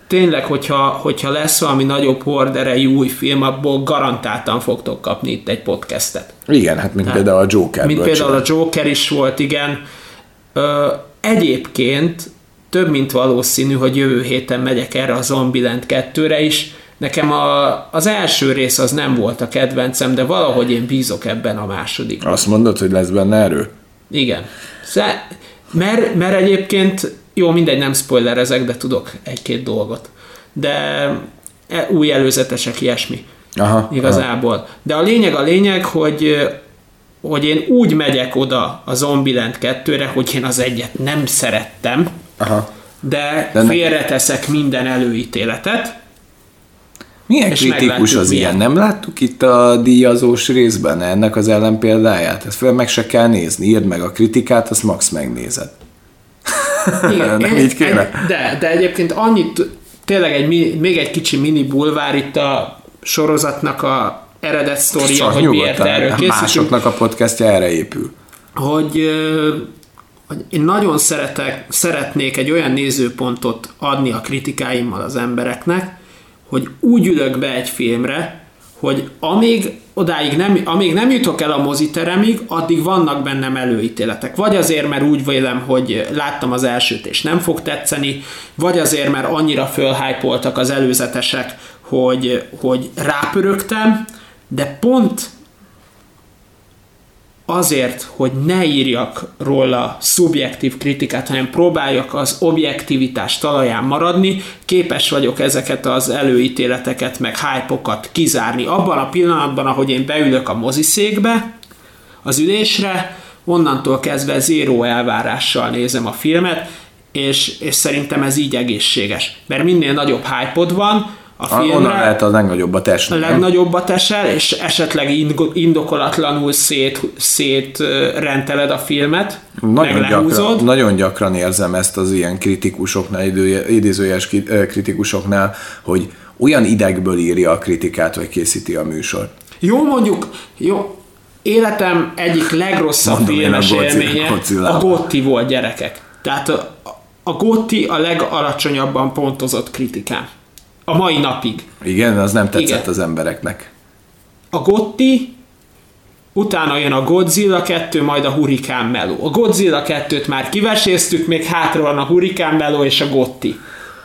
Speaker 2: tényleg, hogyha lesz valami nagyobb horderejű új film, abból garantáltan fogtok kapni itt egy podcastet.
Speaker 1: Igen, hát mint például a Joker.
Speaker 2: Mint például a Joker is volt, igen. Egyébként több mint valószínű, hogy jövő héten megyek erre a Zombieland 2-re is. Nekem az első rész az nem volt a kedvencem, de valahogy én bízok ebben a második.
Speaker 1: Azt mondod, hogy lesz benne erő?
Speaker 2: Igen. Mert egyébként, jó, mindegy, nem spoilerezek, de tudok egy-két dolgot. De új előzetesek, ilyesmi.
Speaker 1: Aha,
Speaker 2: igazából. Aha. De a lényeg, hogy én úgy megyek oda a Zombieland 2-re, hogy én az egyet nem szerettem, aha. De félreteszek minden előítéletet.
Speaker 1: Milyen kritikus az ilyen? Nem láttuk itt a díjazós részben ennek az ellenpéldáját? Ezt fel meg se kell nézni. Írd meg a kritikát, azt max megnézed.
Speaker 2: Igen, nem így kéne? De egyébként annyit, tényleg még egy kicsi mini bulvár itt a sorozatnak a eredet sztoria, hogy miért erről készítünk.
Speaker 1: Másoknak a podcastja erre épül.
Speaker 2: Hogy én nagyon szeretnék egy olyan nézőpontot adni a kritikáimmal az embereknek, hogy úgy ülök be egy filmre, hogy amíg nem jutok el a moziteremig, addig vannak bennem előítéletek. Vagy azért, mert úgy vélem, hogy láttam az elsőt és nem fog tetszeni, vagy azért, mert annyira fölhypoltak az előzetesek, hogy rápörögtem, de pont azért, hogy ne írjak róla szubjektív kritikát, hanem próbáljak az objektivitás talaján maradni, képes vagyok ezeket az előítéleteket, meg hype-okat kizárni. Abban a pillanatban, ahogy én beülök a moziszékbe, az ülésre, onnantól kezdve zéró elvárással nézem a filmet, és szerintem ez így egészséges. Mert minél nagyobb hype-od van, a filmre,
Speaker 1: onnan lehet a legnagyobbat esni.
Speaker 2: A legnagyobbat esel, és esetleg indokolatlanul szétrenteled a filmet,
Speaker 1: nagyon gyakran érzem ezt az ilyen kritikusoknál, idézőjeles kritikusoknál, hogy olyan idegből írja a kritikát, vagy készíti a műsor.
Speaker 2: Jó, életem egyik legrosszabb filmes élménye a Gotti volt, gyerekek. Tehát a Gotti a legalacsonyabban pontozott kritikám. A mai napig.
Speaker 1: Igen, az nem tetszett az embereknek.
Speaker 2: A Gotti, utána jön a Godzilla 2, majd a Hurrikán Meló. A Godzilla 2-t már kiveséztük, még hátra van a Hurrikán Meló és a Gotti.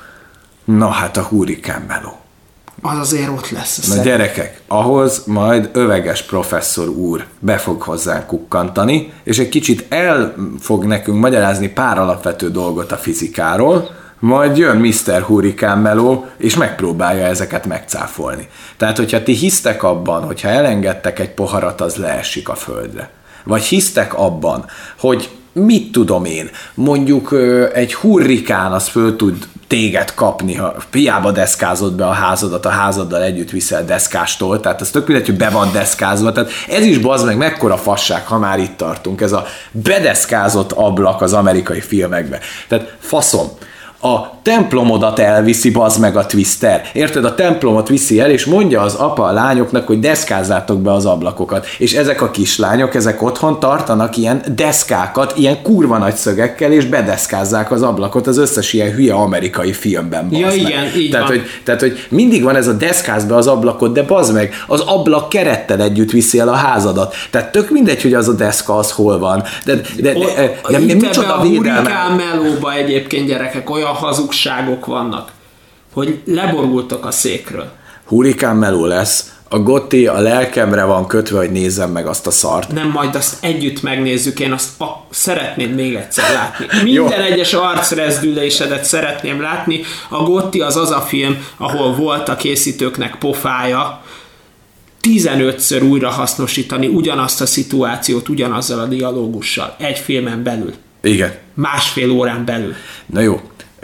Speaker 1: Na hát a Hurrikán Meló.
Speaker 2: Az azért ott lesz.
Speaker 1: Na gyerekek, ahhoz majd Öveges professzor úr be fog hozzánk kukkantani, és egy kicsit el fog nekünk magyarázni pár alapvető dolgot a fizikáról, majd jön Mr. Hurrikán Meló, és megpróbálja ezeket megcáfolni. Tehát, hogyha ti hisztek abban, hogyha elengedtek egy poharat, az leesik a földre. Vagy hisztek abban, hogy mit tudom én, mondjuk egy hurrikán az föl tud téged kapni, ha hiába deszkázod be a házadat, a házaddal együtt viszel deszkástól, tehát ez tök mindegy, hogy be van deszkázva, tehát ez is bazd meg mekkora fasság, ha már itt tartunk, ez a bedeszkázott ablak az amerikai filmekben. Tehát faszom. A templomodat elviszi, bazd meg a Twister. Érted? A templomot viszi el, és mondja az apa a lányoknak, hogy deszkázzátok be az ablakokat. És ezek a kislányok, ezek otthon tartanak ilyen deszkákat, ilyen kurva nagy szögekkel, és bedeszkázzák az ablakot az összes ilyen hülye amerikai filmben.
Speaker 2: Ja, igen, így
Speaker 1: tehát, hogy mindig van ez a deszkáz be az ablakot, de bazd meg, az ablak kerettel együtt viszi el a házadat. Tehát tök mindegy, hogy az a deszka az hol van. De
Speaker 2: micsoda védelme. A Hurrikán Melóba egyébként, gyerekek, olyan hazugságok vannak, hogy leborultok a székről.
Speaker 1: Hurrikán Meló lesz, a Gotti a lelkemre van kötve, hogy nézzem meg azt a szart.
Speaker 2: Nem, majd azt együtt megnézzük, én azt szeretném még egyszer látni. Minden egyes arcrezdülésedet szeretném látni. A Gotti az a film, ahol volt a készítőknek pofája 15-ször újra hasznosítani ugyanazt a szituációt, ugyanazzal a dialógussal. Egy filmen belül.
Speaker 1: Igen.
Speaker 2: Másfél órán belül.
Speaker 1: Na jó.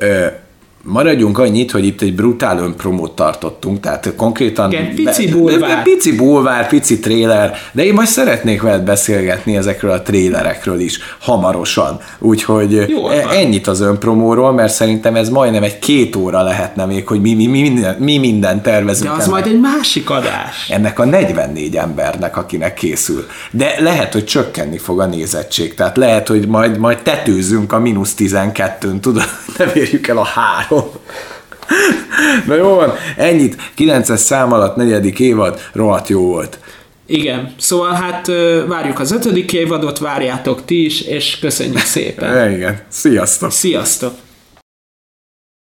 Speaker 1: Maradjunk annyit, hogy itt egy brutál önpromót tartottunk, tehát konkrétan
Speaker 2: igen, pici
Speaker 1: bulvár, pici tréler, de én majd szeretnék veled beszélgetni ezekről a trélerekről is hamarosan, úgyhogy ennyit az önpromóról, mert szerintem ez majdnem egy 2 óra lehetne még, hogy mi minden tervezünk.
Speaker 2: De az majd egy másik adás.
Speaker 1: Ennek a 44 embernek, akinek készül. De lehet, hogy csökkenni fog a nézettség, tehát lehet, hogy majd tetőzünk a -12-n, tudod, nem érjük el a 3. Na jó van, ennyit. 9-es szám alatt 4. évad, rohadt jó volt.
Speaker 2: Igen, szóval hát várjuk az 5. évadot, várjátok ti is, és köszönjük szépen.
Speaker 1: Igen, sziasztok.
Speaker 2: Sziasztok.